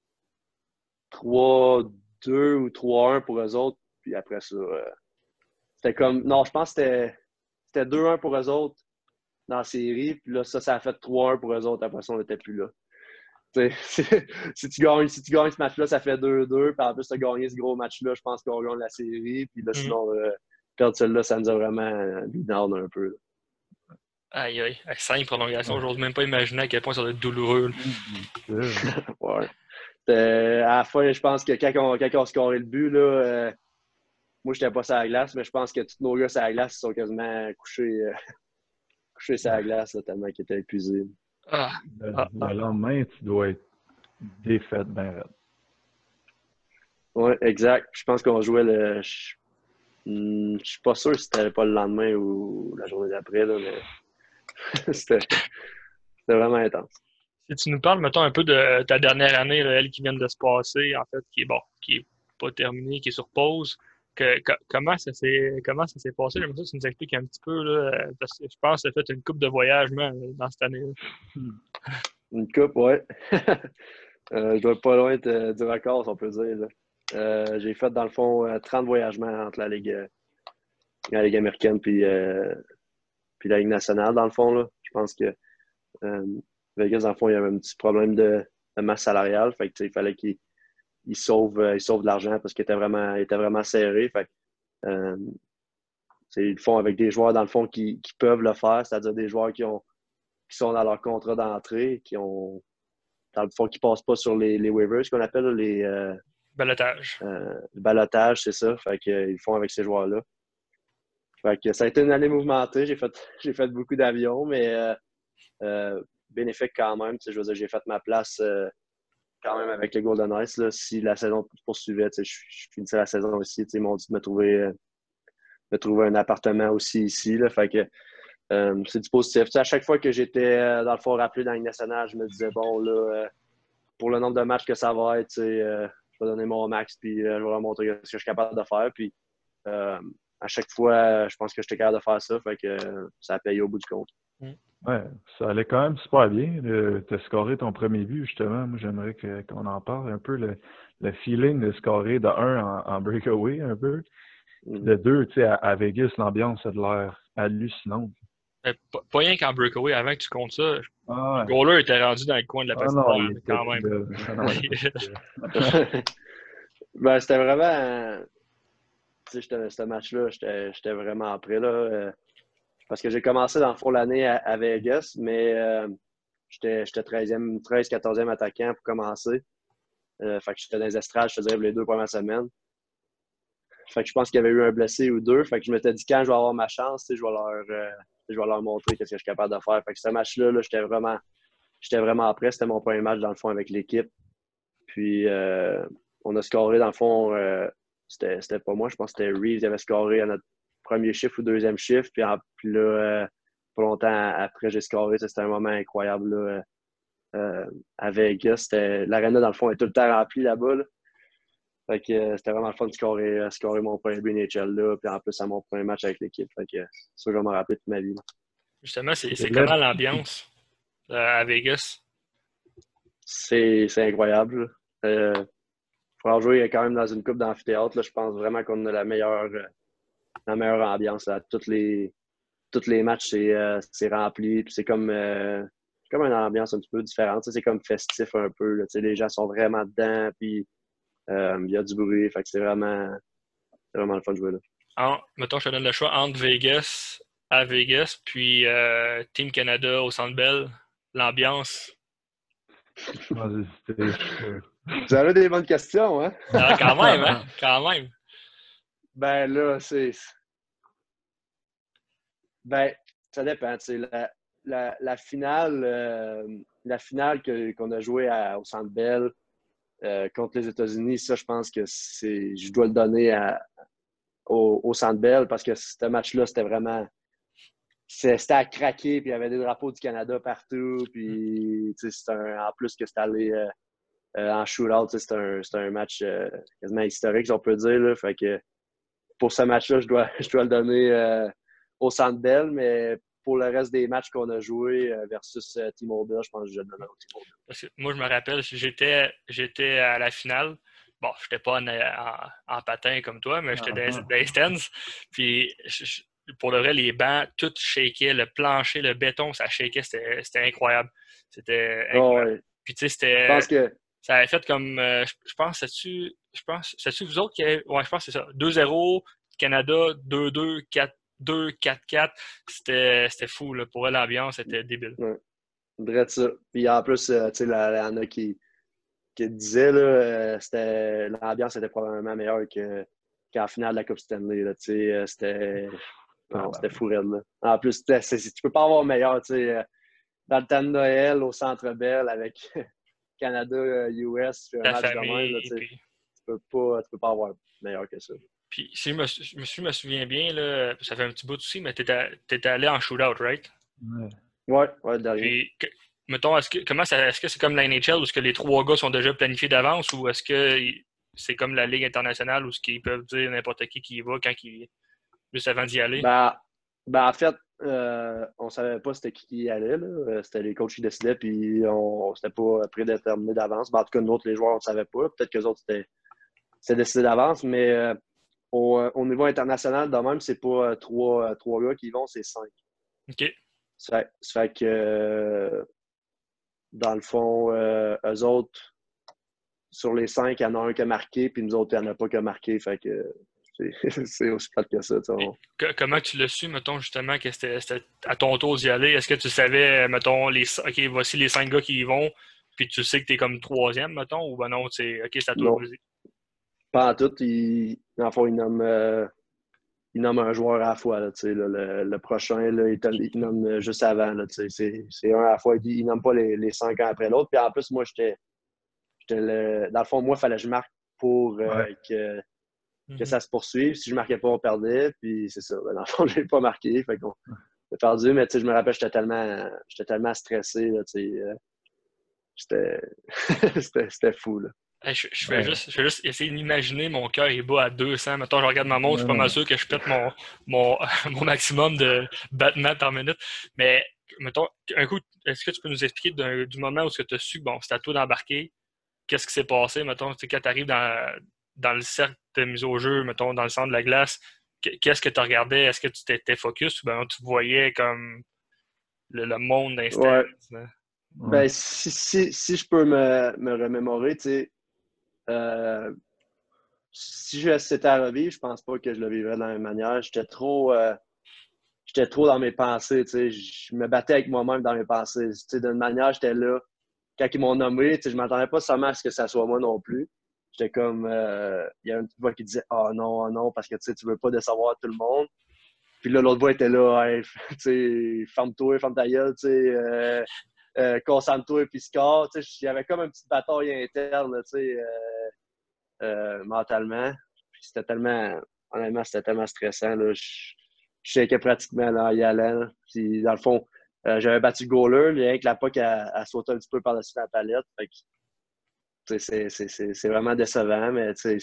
trois deux ou trois un pour eux autres. Puis après ça, euh, c'était comme. Non, je pense que c'était, c'était deux un pour eux autres dans la série. Puis là, ça, ça a fait trois un pour eux autres. Après ça, on n'était plus là. si, tu gagnes, si tu gagnes ce match-là, ça fait deux deux. Puis en plus, tu as gagné ce gros match-là, je pense qu'on gagne la série. Puis là, Mm-hmm. sinon, euh, perdre celle-là, ça nous a vraiment mis down un peu. Là. Aïe, aïe. Avec cinq prolongations, j'ose même pas imaginer à quel point ça doit être douloureux. Ouais. Euh, à la fin, je pense que quand on, quand on a scoré le but, là, euh, moi, je n'étais pas sur la glace, mais je pense que tous nos gars sur la glace sont quasiment couchés, euh, couchés sur la glace là, tellement qu'ils étaient épuisés. Ah, Le, ah, le ah. lendemain, tu dois être défaite ben raide. Ouais, exact. Je pense qu'on jouait le. Je, hmm, je suis pas sûr si c'était pas le lendemain ou la journée d'après, là, mais c'était c'était vraiment intense. Si tu nous parles, mettons, un peu de ta dernière année, là, elle qui vient de se passer, en fait, qui est bon, qui est pas terminée, qui est sur pause, que, que- comment ça s'est comment ça s'est passé? J'aimerais ça que tu nous expliques un petit peu, là, euh, parce que je pense que tu as fait une coupe de voyage man, dans cette année-là. Une coupe, ouais. Euh, je dois être pas loin de- du record, si on peut dire, là. Euh, j'ai fait, dans le fond, euh, trente voyagements entre la Ligue, euh, la Ligue américaine puis, euh, puis la Ligue nationale, dans le fond, là. Je pense que euh, Vegas, dans le fond, il y avait un petit problème de, de masse salariale. Fait que, tu sais, il fallait qu'il il sauve, euh, il sauve de l'argent parce qu'il était vraiment, il était vraiment serré. Fait que, euh, tu sais, ils le font avec des joueurs, dans le fond, qui, qui peuvent le faire, c'est-à-dire des joueurs qui, ont, qui sont dans leur contrat d'entrée, qui ont, dans le fond, qui passent pas sur les, les waivers, ce qu'on appelle là, les euh, Balotage. euh, le balotage, c'est ça. Fait que, euh, ils le font avec ces joueurs-là. Fait que ça a été une année mouvementée. J'ai fait, j'ai fait beaucoup d'avions, mais euh, euh, bénéfique quand même. Tu sais, je veux dire, j'ai fait ma place euh, quand même avec les Golden Knights. Là. Si la saison poursuivait, tu sais, je, je finissais la saison aussi. Tu sais, ils m'ont dit de me trouver, euh, me trouver un appartement aussi ici. Là. Fait que euh, c'est du positif. Tu sais, à chaque fois que j'étais euh, dans le fond rappelé dans la Ligue nationale, je me disais, bon, là, euh, pour le nombre de matchs que ça va être, tu sais, euh, je vais donner mon max, puis euh, je vais leur montrer ce que je suis capable de faire. Puis euh, à chaque fois, je pense que j'étais capable de faire ça. Fait que euh, ça a payé au bout du compte. Ouais, ça allait quand même super bien. Tu as scoré ton premier but, justement. Moi, j'aimerais que- qu'on en parle un peu, le, le feeling de scorer de un en, en breakaway, un peu. Puis Mm. de deux, tu sais, à, à Vegas, l'ambiance a de l'air hallucinante. Mais pas, pas rien qu'en breakaway, avant que tu comptes ça, le Ah ouais. goaler était rendu dans le coin de la Ah non, patinoire, il était quand plus même. là. Ah non, il était plus là. Ben, c'était vraiment. Tu sais, j'étais- ce match-là, j'étais j'étais vraiment prêt. Là, euh, parce que j'ai commencé dans le fond l'année à, à Vegas, mais euh, j'étais j'étais treizième, treize, quatorzième attaquant pour commencer. Euh, fait que j'étais dans les estrades, je faisais les deux premières semaines. Fait que je pense qu'il y avait eu un blessé ou deux. Fait que je m'étais dit quand je vais avoir ma chance, tu sais, je vais leur, euh, je vais leur montrer ce que je suis capable de faire. Fait que ce match-là, là, j'étais vraiment, j'étais vraiment prêt. C'était mon premier match dans le fond avec l'équipe. Puis euh, on a scoré dans le fond. Euh, c'était, c'était pas moi, je pense que c'était Reeves qui avait scoré à notre premier chiffre ou deuxième chiffre. Puis, en, puis là, euh, pas longtemps après, j'ai scoré. Ça, c'était un moment incroyable là, euh, à Vegas. C'était, l'aréna, dans le fond, est tout le temps remplie là-bas. Là. Fait que euh, c'était vraiment le fun de scorer, euh, scorer mon premier but N H L là. Puis en plus, à mon premier match avec l'équipe. Fait que euh, ça, je vais m'en rappeler toute ma vie. Là. Justement, c'est C'est c'est laid. comment l'ambiance euh, à Vegas? C'est, c'est incroyable. Euh, pour en jouer quand même dans une coupe d'amphithéâtre, là, je pense vraiment qu'on a la meilleure, euh, la meilleure ambiance. Là. Toutes les, tous les matchs, c'est, euh, c'est rempli. Puis c'est comme, euh, comme une ambiance un petit peu différente. C'est comme festif un peu. Là. Les gens sont vraiment dedans. Puis euh, il y a du bruit. Fait que c'est vraiment, c'est vraiment le fun de jouer là. En, mettons, je te donne le choix entre Vegas à Vegas, puis euh, Team Canada au Centre Bell, l'ambiance. Moi, c'était- je- Vous avez des bonnes questions, hein? Ah, quand même, hein? Quand même. Ben là, c'est. Ben, ça dépend. Tu sais, la, la, la finale, euh, la finale que, qu'on a jouée à- au Centre Bell euh, contre les États-Unis, ça, je pense que c'est, je dois le donner à, au, au Centre Bell parce que ce match-là, c'était vraiment. C'était à craquer, puis il y avait des drapeaux du Canada partout, puis tu sais, c'était un, en plus que c'était allé euh, euh, en shootout, tu sais, c'était un, c'était un match euh, quasiment historique, si on peut dire. Là, fait que pour ce match-là, je dois, je dois le donner euh, au Centre Bell, mais pour le reste des matchs qu'on a joués euh, versus euh, T-Mobile, je pense que je le donne au T-Mobile. Parce que moi, je me rappelle, j'étais, j'étais à la finale. Bon, je n'étais pas en, en, en patin comme toi, mais j'étais dans, dans les stands. Puis, je, je, pour le vrai, les bancs, tout shakeait. Le plancher, le béton, ça shakeait. C'était, c'était incroyable. C'était Oh, incroyable. ouais. Puis, tu sais, Je c'était... pense que. Ça avait fait comme... Euh, je, je pense, c'est-tu... Je pense, c'est-tu vous autres qui avez... Ouais, je pense que c'est ça. deux zéro, Canada, deux deux, quatre deux, quatre quatre. C'était, c'était fou, là. Pour eux, l'ambiance était débile. Ouais, drette ça. Puis en plus, euh, tu sais, il y en a qui, qui disaient, là, euh, c'était, l'ambiance était probablement meilleure que, qu'en finale de la Coupe Stanley. Là, tu sais, euh, c'était, Ah, non, bah, c'était fou raide, là. En plus, c'était- c'est- c'est- tu peux pas avoir meilleur, tu sais, euh, dans le temps de Noël, au Centre Bell, avec Canada, U S, puis un La match de même, là, famille, tu sais. puis... Tu peux pas, tu peux pas avoir meilleur que ça. Puis, si je me, je me, je me souviens bien, là, ça fait un petit bout aussi, mais tu étais allé en shootout, right? Ouais, ouais, ouais le dernier. Puis, que, mettons, est-ce que, comment ça, est-ce que c'est comme la N H L où est-ce que les trois gars sont déjà planifiés d'avance ou est-ce que c'est comme la Ligue internationale où ce qu'ils peuvent dire n'importe qui qui y va quand il, juste avant d'y aller? Ben, ben, en fait, euh, on savait pas c'était qui qui y allait. Là. C'était les coachs qui décidaient, puis on c'était pas prédéterminé d'avance. Ben, en tout cas, nous autres, les joueurs, on ne savait pas. Peut-être que les autres, c'était, c'était décidé d'avance, mais euh, au, au niveau international, de même, c'est pas euh, trois, euh, trois gars qui y vont, c'est cinq. OK. Ça fait, ça fait que, euh, dans le fond, euh, eux autres, sur les cinq, il y en a un qui a marqué, puis nous autres, il n'y en a pas qui a marqué. Fait que c'est, c'est aussi plate que ça. On... Que, comment tu l'as su, mettons, justement, que c'était, c'était à ton tour d'y aller? Est-ce que tu savais, mettons, les, OK, voici les cinq gars qui y vont, puis tu sais que tu es comme troisième, mettons, ou ben non, c'est OK, c'est à toi, Non, vas-y. pas en tout. Il, dans le fond, il nomme, euh, il nomme un joueur à la fois. Là, là, le, le prochain, là, il, te, il nomme juste avant. Là, c'est, c'est un à la fois. Il, il nomme pas les, les cinq ans après l'autre. Puis en plus, moi, j'étais, j'étais le, dans le fond, moi, il fallait que je marque pour euh, ouais. que, Mm-hmm. que ça se poursuive. Si je marquais pas, on perdait. Puis c'est ça. Dans le fond, je n'ai pas marqué. Fait qu'on a perdu. Mais je me rappelle, j'étais tellement, j'étais tellement stressé. Là, euh, j'étais... c'était, c'était fou. Là. Hey, je, je, fais Ouais. juste, je fais juste essayer d'imaginer mon cœur est bas à deux cents. Mettons, je regarde ma montre, je suis pas Non, mal non. sûr que je pète mon, mon, mon maximum de battements par minute. Mais, mettons, un coup, est-ce que tu peux nous expliquer d'un- du moment où tu as su que bon, c'était à toi d'embarquer, qu'est-ce qui s'est passé, mettons, quand tu arrives dans, dans le cercle de mise au jeu, mettons, dans le centre de la glace, qu'est-ce que tu regardais? Est-ce que tu t'étais focus ou ben, tu voyais comme le, le monde d'instant? Ouais. Ouais. Ben, si, si, si je peux me, me remémorer, tu sais, euh, si je c'était à revivre, je pense pas que je le vivrais de la même manière. J'étais trop, euh, j'étais trop dans mes pensées, tu sais. Je me battais avec moi-même dans mes pensées. Tu sais, d'une manière, j'étais là. Quand ils m'ont nommé, tu sais, je m'attendais pas seulement à ce que ça soit moi non plus. J'étais comme, euh, il y a une petite voix qui disait, oh non, oh non, parce que tu sais, tu veux pas décevoir tout le monde. Puis là, l'autre voix était là, hey, tu sais, ferme-toi, ferme ta gueule, tu sais. Euh, Euh, concentre-toi puis score. Il y avait comme une petite bataille interne, là, euh, euh, mentalement. Puis c'était tellement, honnêtement, c'était tellement stressant. Là. Je, je sais que pratiquement là, en y allant. Là. Puis dans le fond, euh, j'avais battu le goaler, rien que la puck a, a sauté un petit peu par-dessus la palette. Fait que, c'est, c'est, c'est, c'est vraiment décevant, mais c'est,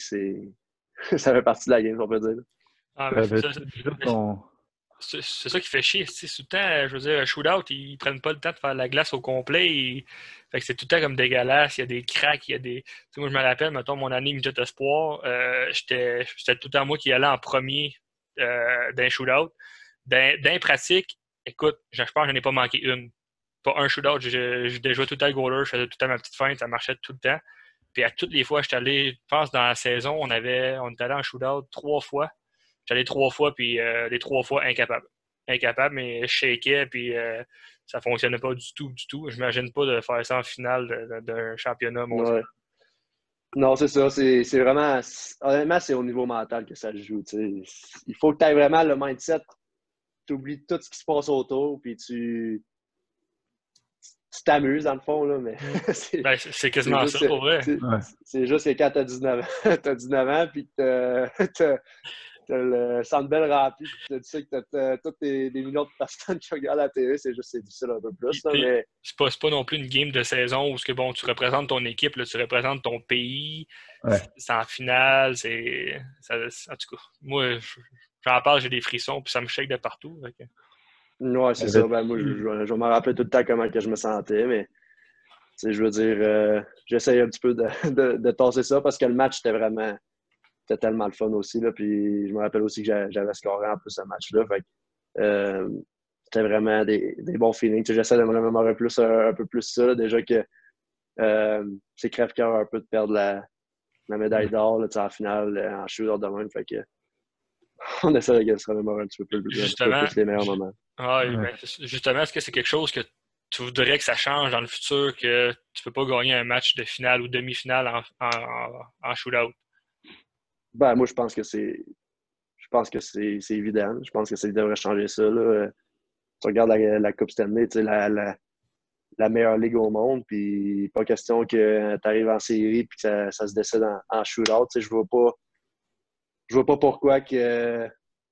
ça fait partie de la game, on peut dire. Ah, mais c'est ça. Juste ton... C'est c'est ça qui fait chier. C'est tout le temps, je veux dire, un shootout, ils prennent pas le temps de faire la glace au complet. Ils... Fait que c'est tout le temps comme dégueulasse. Il y a des cracks, il y a des. Tu sais, moi, je me rappelle, mettons, mon année Midget Espoir, euh, j'étais c'était tout le temps moi qui allais en premier euh, d'un shootout. D'un d'un pratique, écoute, je pense que j'en ai pas manqué une. Pas un shootout, je, je déjouais tout le temps le goaler, je faisais tout le temps ma petite feinte, ça marchait tout le temps. Puis à toutes les fois, j'étais allé, je pense, dans la saison, on avait on était allé en shootout trois fois. J'allais trois fois, puis euh, les trois fois incapable. Incapable, mais je shakeais, puis euh, ça fonctionnait pas du tout, du tout. Je m'imagine pas de faire ça en finale d'un championnat mondial. Ouais. Non, c'est ça. C'est, c'est vraiment. Honnêtement, c'est au niveau mental que ça se joue. T'sais. Il faut que tu aies vraiment le mindset. Tu oublies tout ce qui se passe autour, puis tu. Tu t'amuses, dans le fond, là, mais c'est, ben, c'est quasiment c'est juste, ça, pour vrai. C'est, Ouais. c'est juste que quand tu as dix-neuf ans, t'as dix-neuf ans, puis que tu as le Centre Bell rempli, puis tu sais que tu as toutes des, des millions de personnes qui regardent la télé, c'est juste c'est difficile un peu plus. Là, mais... C'est pas, pas non plus une game de saison où que, bon, tu représentes ton équipe, là, tu représentes ton pays, Ouais. c'est en finale, c'est. Ça, en tout cas, moi, j'en parle, j'ai des frissons, puis ça me shake de partout. Okay. Ouais, c'est ça. Ben, moi, je, je, je vais me rappeler tout le temps comment que je me sentais, mais je veux dire, euh, j'essaye un petit peu de, de, de tasser ça parce que le match était vraiment c'était tellement le fun aussi. Là, puis je me rappelle aussi que j'avais scoré en plus ce match-là. Fait, euh, c'était vraiment des, des bons feelings. Tu sais, j'essaie de me remémorer plus, un, un peu plus ça. Là, déjà que euh, c'est crève-cœur un peu de perdre la, la médaille d'or là, en finale en shooter de même. Fait que on essaie de se remémorer un petit peu plus, un petit peu plus les meilleurs moments. Ah, ouais. Ben, justement, est-ce que c'est quelque chose que tu voudrais que ça change dans le futur, que tu peux pas gagner un match de finale ou demi-finale en, en, en shootout? Ben, moi, je pense que c'est je pense que c'est, c'est évident. Je pense que ça devrait changer ça. Là. Tu regardes la, la Coupe Stanley, tu sais, la, la, la meilleure ligue au monde. Puis pas question que tu arrives en série puis que ça, ça se décide en, en shootout. Tu sais, je vois pas. Je vois pas pourquoi que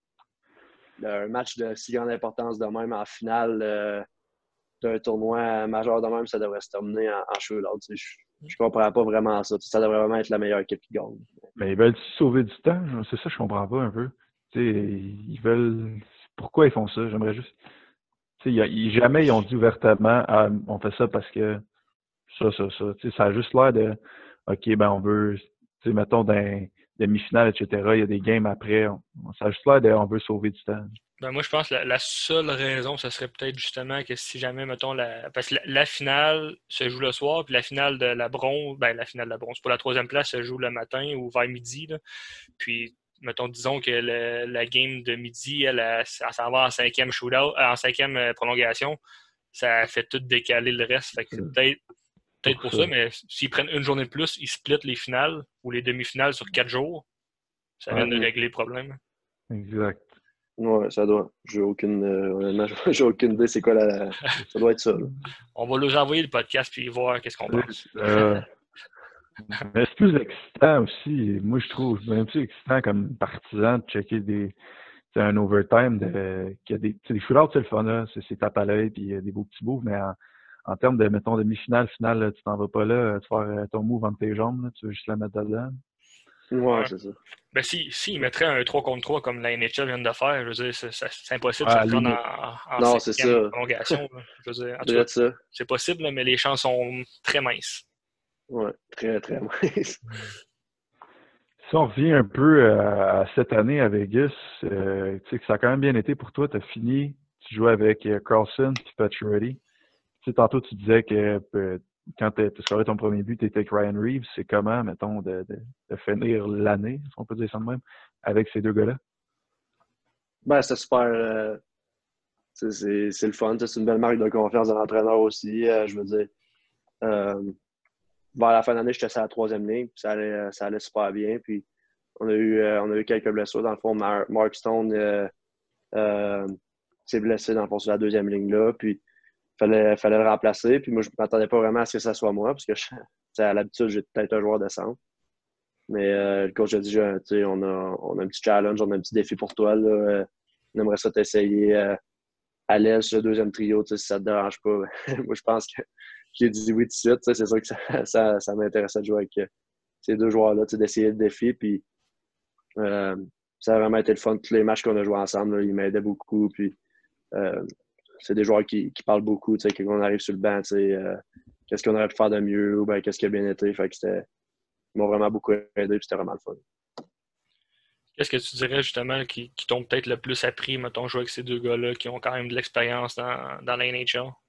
un match de si grande importance de même en finale euh, d'un tournoi majeur de même, ça devrait se terminer en, en shootout. Tu sais, je, je comprends pas vraiment ça. Ça devrait vraiment être la meilleure équipe qui gagne. Mais ils veulent sauver du temps? C'est ça que je comprends pas un peu. Tu sais, ils veulent. Pourquoi ils font ça? J'aimerais juste. Tu sais, ils, jamais ils ont dit ouvertement ah, on fait ça parce que ça, ça, ça. Tu sais, ça a juste l'air de OK, ben on veut. Tu sais, mettons dans demi-finale, et cetera. Il y a des games après. On, ça a juste l'air de on veut sauver du temps. Ben moi, je pense que la, la seule raison, ce serait peut-être justement que si jamais, mettons, la. Parce que la, la finale se joue le soir, puis la finale de la bronze, ben la finale de la bronze, pour la troisième place, se joue le matin ou vers midi. Là. Puis, mettons, disons que le, la game de midi, elle, elle, elle s'en va en cinquième shootout, en cinquième euh, prolongation. Ça fait tout décaler le reste. Fait que c'est peut-être peut-être pour, pour ça. ça, mais s'ils prennent une journée de plus, ils splittent les finales ou les demi-finales sur quatre jours. Ça vient ah, de régler le problème. Exact. Ouais, ça doit. J'ai aucune, euh, j'ai aucune idée c'est quoi la. Ça doit être ça. Là. On va leur envoyer le podcast puis voir qu'est-ce qu'on pense. Euh, mais c'est plus excitant aussi. Moi, je trouve même plus excitant comme partisan de checker des. C'est un overtime de. Qu'il y a des. Des shootouts, c'est le fun, là. C'est, c'est tape à l'œil puis il y a des beaux petits bouts, mais en, en termes de, mettons, demi-finale, finale, là, tu t'en vas pas là, tu faire ton move entre tes jambes, là, tu veux juste la mettre dedans. Ouais, ouais, c'est ça. Ben, si, si ils mettraient un trois contre trois comme la N H L vient de faire, je veux dire, c'est, c'est, c'est impossible, ah, ça se donne en, en non, c'est ça. prolongation. Je veux dire, en tout cas, ça. C'est possible, mais les chances sont très minces. Ouais, très, très minces. Si on revient un peu à, à cette année à Vegas, euh, tu sais que ça a quand même bien été pour toi. Tu as fini, tu jouais avec euh, Carlson et Pacioretty. Tu sais, tantôt, tu disais que euh, quand tu as scoré ton premier but, tu étais avec Ryan Reeves. C'est comment, mettons, de, de, de finir l'année, si on peut dire ça de même, avec ces deux gars-là? Ben, c'est super. Euh, c'est, c'est, c'est le fun. C'est une belle marque de confiance de l'entraîneur aussi. Euh, je veux dire, euh, vers la fin de l'année, j'étais sur la troisième ligne. Puis ça, allait, ça allait super bien. Puis on a eu, euh, on a eu quelques blessures. Dans le fond, Mark Stone euh, euh, s'est blessé dans le fond sur la deuxième ligne-là. Puis il fallait, fallait le remplacer. Puis moi, je ne m'attendais pas vraiment à ce que ça soit moi. Parce que je, à l'habitude, j'ai peut-être un joueur de centre. Mais euh, le coach a dit, on a, on a un petit challenge, on a un petit défi pour toi. Là. Euh, on aimerait ça t'essayer euh, à l'aise sur le deuxième trio, si ça ne te dérange pas. Moi, je pense que j'ai dit oui tout de suite. C'est sûr que ça, ça, ça m'intéressait de jouer avec euh, ces deux joueurs-là, d'essayer le défi. Puis, euh, ça a vraiment été le fun. Tous les matchs qu'on a joués ensemble, là, ils m'aidaient beaucoup. Puis, euh, c'est des joueurs qui, qui parlent beaucoup. Quand on arrive sur le banc, euh, qu'est-ce qu'on aurait pu faire de mieux ou ben, qu'est-ce qui a bien été. Fait que c'était Ils m'ont vraiment beaucoup aidé et c'était vraiment le fun. Qu'est-ce que tu dirais justement qui, qui t'ont peut-être le plus appris, mettons, jouer avec ces deux gars-là qui ont quand même de l'expérience dans, dans la N H L?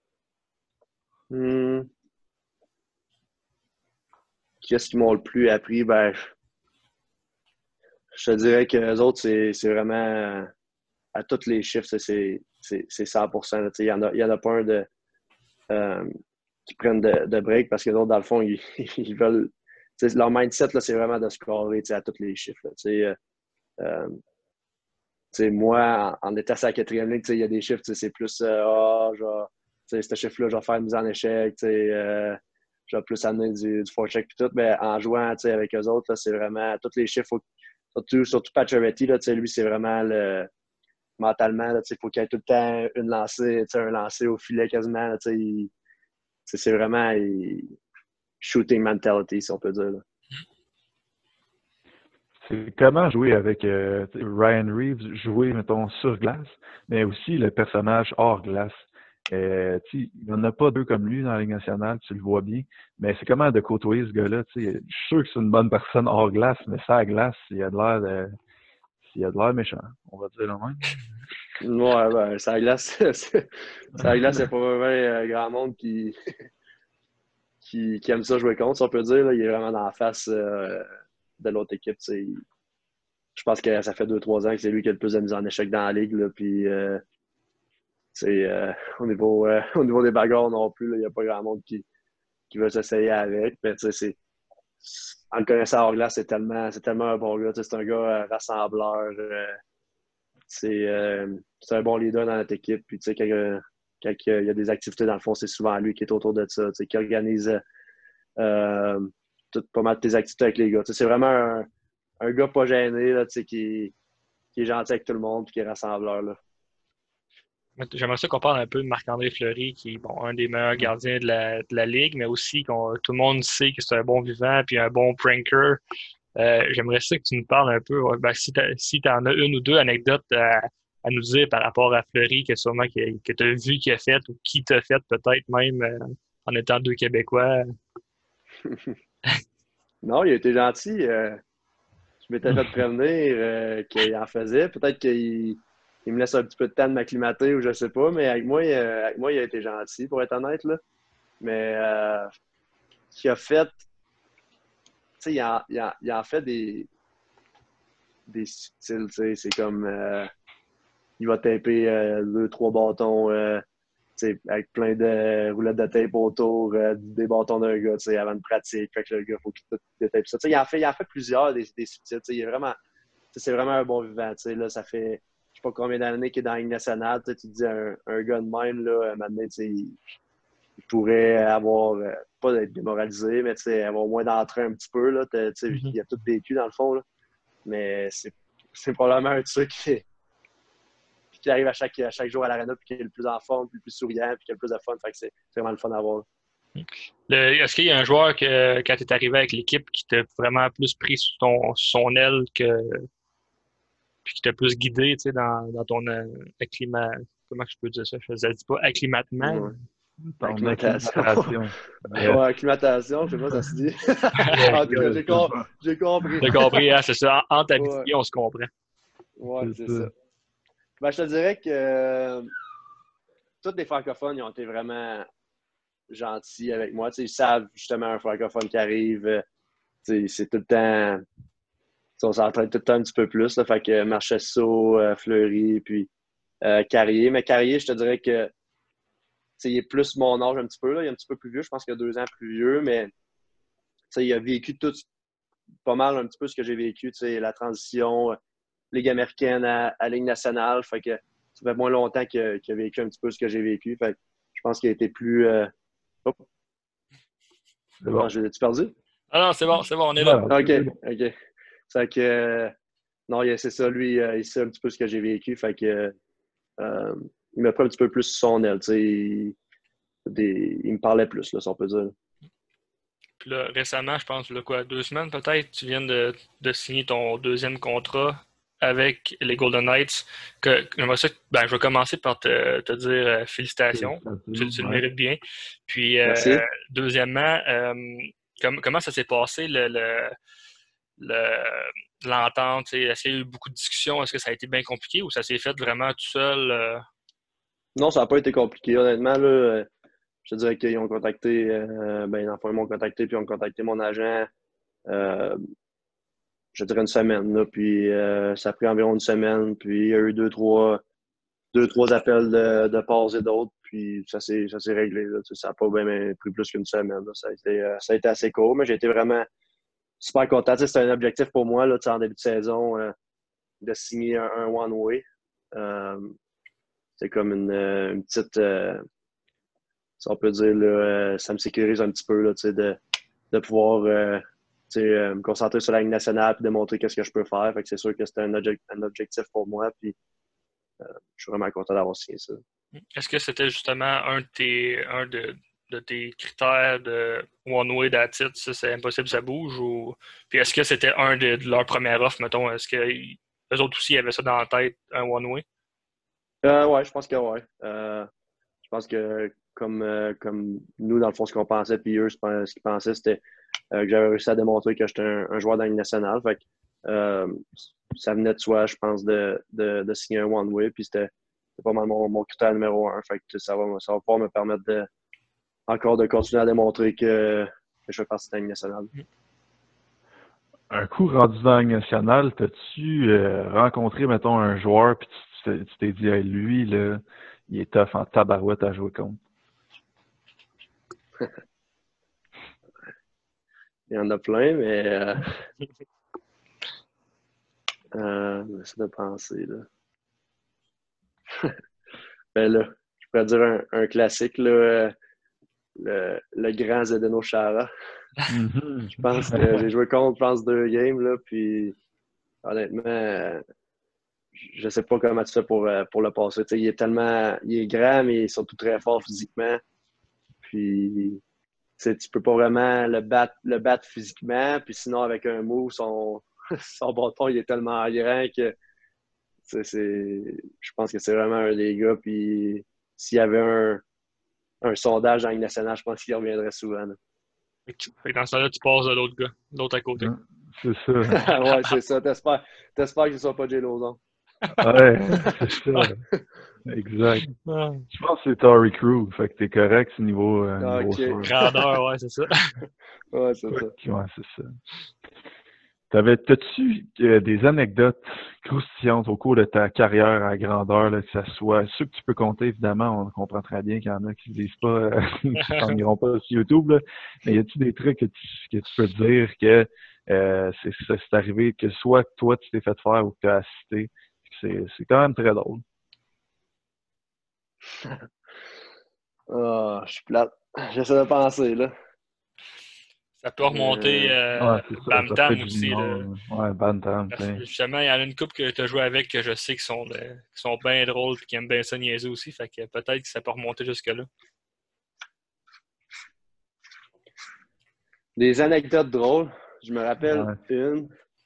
Hmm. Qu'est-ce qu'ils m'ont le plus appris? Ben, je te dirais que les autres, c'est, c'est vraiment à tous les chiffres, c'est, c'est, c'est cent pour cent. Il n'y en, en a pas un de, euh, qui prennent de, de break parce que les autres, dans le fond, ils, ils veulent. Leur mindset, là, c'est vraiment de scorer à tous les chiffres. Là, euh, moi, en, en étant à la quatrième ligne, il y a des chiffres, c'est plus euh, oh, genre, ce chiffre-là, je vais faire une mise en échec, euh, je vais plus amener du, du forecheck et tout. Mais en jouant avec eux autres, là, c'est vraiment tous les chiffres, faut, surtout, surtout Pacioretty, là, lui, c'est vraiment le mentalement, il faut qu'il y ait tout le temps une lancée, un lancer au filet quasiment. Là, il, c'est vraiment il, shooting mentality, si on peut dire. Là. C'est comment jouer avec euh, Ryan Reeves, jouer, mettons, sur glace, mais aussi le personnage hors glace. Euh, il n'y en a pas deux comme lui dans la Ligue nationale, tu le vois bien, mais c'est comment de côtoyer ce gars-là. Je suis sûr que c'est une bonne personne hors glace, mais ça, à glace, il a de l'air de, il a de l'air méchant, on va dire le même. Ouais, ben, ça à glace, ça à glace, c'est pas vraiment euh, grand monde qui, qui, qui aime ça jouer contre, si on peut dire. Là. Il est vraiment dans la face euh, de l'autre équipe. Il, je pense que ça fait deux trois ans que c'est lui qui a le plus de mise en échec dans la ligue. Là, puis, euh, euh, au, niveau, euh, au niveau des bagarres non plus, il n'y a pas grand monde qui, qui veut s'essayer avec. Mais, c'est, en le connaissant hors glace, c'est tellement, c'est tellement un bon gars. C'est un gars euh, rassembleur. Euh, c'est, euh, c'est un bon leader dans notre équipe. Puis, quand, quand il y a des activités, dans le fond, c'est souvent lui qui est autour de ça, qui organise euh, tout, pas mal de tes activités avec les gars. T'sais, c'est vraiment un, un gars pas gêné là, qui, qui est gentil avec tout le monde et qui est rassembleur. Là. J'aimerais ça qu'on parle un peu de Marc-André Fleury, qui est bon, un des meilleurs gardiens de la, de la Ligue, mais aussi qu'on tout le monde sait que c'est un bon vivant puis un bon pranker. Euh, j'aimerais ça que tu nous parles un peu, ouais, ben, si tu si en as une ou deux anecdotes à, à nous dire par rapport à Fleury, que sûrement que, que tu as vu qu'il a fait ou qui t'a fait peut-être même euh, en étant deux Québécois. Non, il a été gentil. Euh, je m'étais fait prévenir euh, qu'il en faisait. Peut-être qu'il il me laisse un petit peu de temps de m'acclimater ou je sais pas, mais avec moi, euh, avec moi, il a été gentil, pour être honnête. Là. Mais euh, ce qu'il a fait, tu sais, il, en- il, en- il en fait des, des subtils, tu sais. C'est comme, euh, il va taper euh, deux, trois bâtons, euh, tu sais, avec plein de roulettes de tape autour euh, des bâtons d'un gars, tu sais, avant de pratique. Fait que le gars, faut qu'il tout détape ça. Tu sais, il en fait, il en fait plusieurs des, des subtils, tu sais. Il est vraiment, tu sais, c'est vraiment un bon vivant, tu sais. Là, ça fait, je sais pas combien d'années qu'il est dans la Ligue nationale, tu sais, tu te dis un, un gars de même, là, maintenant, tu sais, il, il pourrait avoir, euh, pas être démoralisé, mais tu sais, avoir moins d'entrain un petit peu, là. Tu sais, Mhm. il a tout vécu, dans le fond, là. Mais c'est, c'est probablement un truc qui, qui arrive à chaque, à chaque jour à l'arena, puis qui est le plus en forme, puis le plus souriant, puis qui a le plus de fun. Fait que c'est, c'est vraiment le fun à voir. Le- Est-ce qu'il y a un joueur que quand tu es arrivé avec l'équipe qui t'a vraiment plus pris sous ton, sous son aile que puis qui t'a plus guidé, tu sais, dans, dans ton euh, acclimat, comment je peux dire ça? Je ne dis pas acclimatement. Ouais. Ton Acclimatation. acclimatation. Yes. Ouais, acclimatation, je sais pas, ça se dit. Ouais, En tout cas, je j'ai, sais com- pas. j'ai compris. T'as compris, hein? C'est ça. En- Entre Ouais, habitués, on se comprend. ouais, C'est c'est ça. ça. Ben, je te dirais que euh, tous les francophones, ils ont été vraiment gentils avec moi. Tu sais, ils savent justement un francophone qui arrive. euh, tu sais, c'est tout le temps. Tu sais, on s'entraîne tout le temps un petit peu plus. Là, fait que Marchesso, euh, Fleury, puis euh, Carrier. Mais Carrier, je te dirais que tu sais, il est plus mon âge un petit peu. Là. Il est un petit peu plus vieux. Je pense qu'il a deux ans plus vieux, mais tu sais, il a vécu tout pas mal un petit peu ce que j'ai vécu. Tu sais, la transition, euh, Ligue américaine à, à Ligue nationale. Fait que ça fait moins longtemps qu'il a, qu'il a vécu un petit peu ce que j'ai vécu. Fait que je pense qu'il a été plus. Euh... Oh, C'est ah, bon. je l'ai-tu perdu? Ah non, c'est bon, c'est bon, on est là. Non, OK, c'est bon. OK. Fait que. euh, Non, il- c'est ça, lui, euh, il sait un petit peu ce que j'ai vécu. Fait que. euh, il m'a pris un petit peu plus sur son aile. Tu sais, il, des- il me parlait plus, là, si on peut dire. Puis là, récemment, je pense, là, quoi, deux semaines peut-être, tu viens de, de signer ton deuxième contrat avec les Golden Knights. Que, j'aimerais ça que- ben, je vais commencer par te, te dire euh, félicitations. Tu, tu le Ouais. mérites bien. Puis, euh, Merci. deuxièmement, euh, com- comment ça s'est passé, le, le, le- l'entente? Tu sais, Est-ce qu'il y a eu beaucoup de discussions? Est-ce que ça a été bien compliqué ou ça s'est fait vraiment tout seul? euh? Non, ça n'a pas été compliqué, honnêtement. Là, euh, je te dirais qu'ils ont contacté, euh, ben, dans le fond, ils m'ont contacté, puis ils ont contacté mon agent. Euh, je dirais une semaine. Là, puis euh, ça a pris environ une semaine. Puis il y a eu deux, trois, deux, trois appels de, de part et d'autres. Puis ça s'est, ça s'est réglé. Là. Ça n'a pas bien pris plus qu'une semaine. Là. Ça a été, euh, ça a été assez court, mais j'ai été vraiment super content. Tu sais, c'était un objectif pour moi là, tu sais, en début de saison euh, de signer un, un one-way. Euh, c'est comme une, euh, une petite, euh, si on peut dire, là, euh, ça me sécurise un petit peu là, tu sais, de, de pouvoir euh, tu sais, euh, me concentrer sur la Ligue nationale et démontrer qu'est-ce que je peux faire. Fait que c'est sûr que c'était un, obje- un objectif pour moi. Puis euh, je suis vraiment content d'avoir signé ça. Est-ce que c'était justement un de tes, un de, de tes critères de one way that's it, ça c'est impossible, ça bouge ou puis est-ce que c'était un de, de leurs premières offres, mettons, est-ce que ils- eux autres aussi avaient ça dans la tête, un one way? Euh, ouais, je pense que ouais. Euh, je pense que comme, euh, comme nous, dans le fond, ce qu'on pensait, puis eux, ce qu'ils pensaient, c'était euh, que j'avais réussi à démontrer que j'étais un, un joueur dans la Ligue nationale. Fait que, euh, ça venait de soi, je pense, de, de, de signer un one-way. Puis c'était c'était pas mal mon, mon critère numéro un. Fait que ça va, ça va pouvoir me permettre de, encore de continuer à démontrer que, que je fais partie de la Ligue nationale. Un coup rendu dans la Ligue nationale, t'as-tu euh, rencontré, mettons, un joueur, puis tu t'es tu t'es dit, hey, lui, là, il est tough en tabarouette à jouer contre? Il y en a plein, mais euh, euh, j'essaie de penser. Là. Ben là, je pourrais dire un, un classique, là, le, le grand Zdeno Chara. Mm-hmm. Je pense que j'ai joué contre, je pense, deux games, là, puis honnêtement, euh, je sais pas comment tu fais pour, euh, pour le passer. T'sais, il est tellement, il est grand, mais il est surtout très fort physiquement. Puis, tu peux pas vraiment le battre, le battre physiquement, puis sinon, avec un move, son, son bâton, il est tellement grand que c'est, je pense que c'est vraiment un des gars. Puis, s'il y avait un, un sondage dans la Ligue nationale, je pense qu'il reviendrait souvent. Là. Fait que dans ce temps-là, tu passes de l'autre gars, l'autre à côté. Ouais, c'est ça. Ouais, c'est ça. T'espères, t'espères que ce soit pas Jay Lozon. Ouais, c'est ça. Exact. Ah. Je pense que c'est Tory Crew, fait que t'es correct ce niveau, euh, Ah, niveau ok. sûr. Grandeur, ouais, c'est ça. Ouais, c'est Ouais, ça. ouais, c'est ça. T'avais, t'as-tu euh, des anecdotes croustillantes au cours de ta carrière à grandeur, là, que ça soit ceux que tu peux compter, évidemment, on comprend très bien qu'il y en a qui ne disent pas, euh, qui s'en iront pas sur YouTube, là, mais y a-tu des trucs que tu, que tu peux dire que euh, c'est, ça c'est arrivé, que soit toi tu t'es fait faire ou que tu as assisté, c'est, c'est quand même très drôle. Ah, je suis plate. J'essaie de penser, là. Ça peut remonter Euh, euh, Ouais, c'est ça, Bam ça peut Tam être aussi. Là. junior, ouais, Bantam, Parce que t'sais. justement, il y en a une couple que tu as joué avec que je sais qui sont, de- qui sont bien drôles et qui aiment bien ça niaiser aussi. Fait que peut-être que ça peut remonter jusque-là. des anecdotes drôles. Je me rappelle Ouais. une.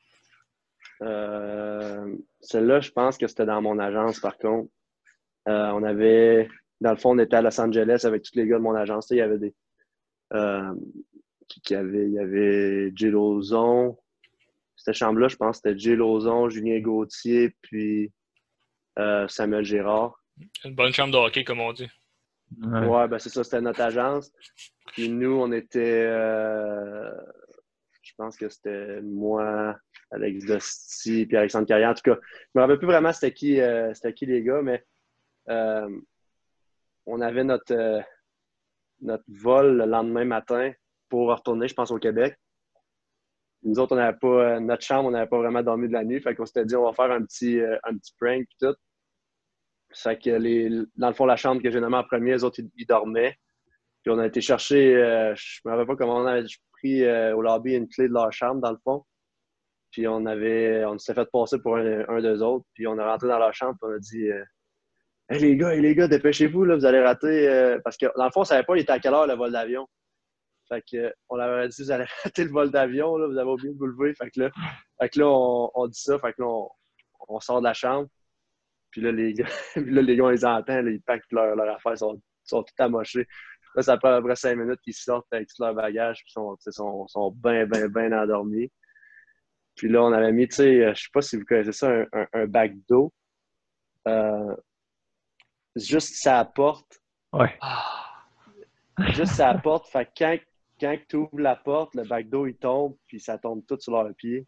Euh, celle-là, je pense que c'était dans mon agence, par contre. Euh, on avait, dans le fond, on était à Los Angeles avec tous les gars de mon agence. Tu sais, il y avait des. Euh, qui, qui avait, il y avait Jay Lauzon. Cette chambre-là, je pense que c'était Jay Lauzon, Julien Gauthier, puis euh, Samuel Gérard. Une bonne chambre de hockey, comme on dit. Ouais. Ouais, ben c'est ça, c'était notre agence. Puis nous, on était. Euh, je pense que c'était moi, Alex Dosti, puis Alexandre Carrière. En tout cas, je me rappelle plus vraiment c'était qui, euh, c'était qui les gars, mais euh, on avait notre, euh, notre vol le lendemain matin pour retourner, je pense, au Québec. Nous autres, on n'avait pas, euh, notre chambre, on n'avait pas vraiment dormi de la nuit. Fait qu'on s'était dit, on va faire un petit, euh, un petit prank puis tout. Fait que les, dans le fond, la chambre que j'ai nommée en premier, les autres, ils, ils dormaient. Puis on a été chercher, euh, je me rappelle pas comment on avait pris euh, au lobby une clé de leur chambre, dans le fond. Puis on avait, on s'était fait passer pour un, un d'eux autres. Puis on est rentré dans leur chambre, puis on a dit euh, hey les gars, hey les gars, dépêchez-vous, là, vous allez rater. Euh... Parce que dans le fond, on savait pas il était à quelle heure le vol d'avion. Fait que on leur avait dit vous allez rater le vol d'avion, là, vous avez oublié de vous lever. Fait que là, fait que là on, on dit ça, fait que là, on, on sort de la chambre. Puis là, les gars, puis là, les gars, on les entend, là, ils packent leur, leur affaire, ils sont, ils sont tout amochés. Là, ça prend à peu près cinq minutes qu'ils sortent avec tout leur bagage, puis ils sont, sont, sont bien, bien, bien endormis. Puis là, on avait mis, tu sais, je sais pas si vous connaissez ça, un, un, un bac d'eau. Euh, juste sa porte. Ouais. Juste sa porte. Fait que quand, quand tu ouvres la porte, le bac d'eau, il tombe, puis ça tombe tout sur leurs pieds.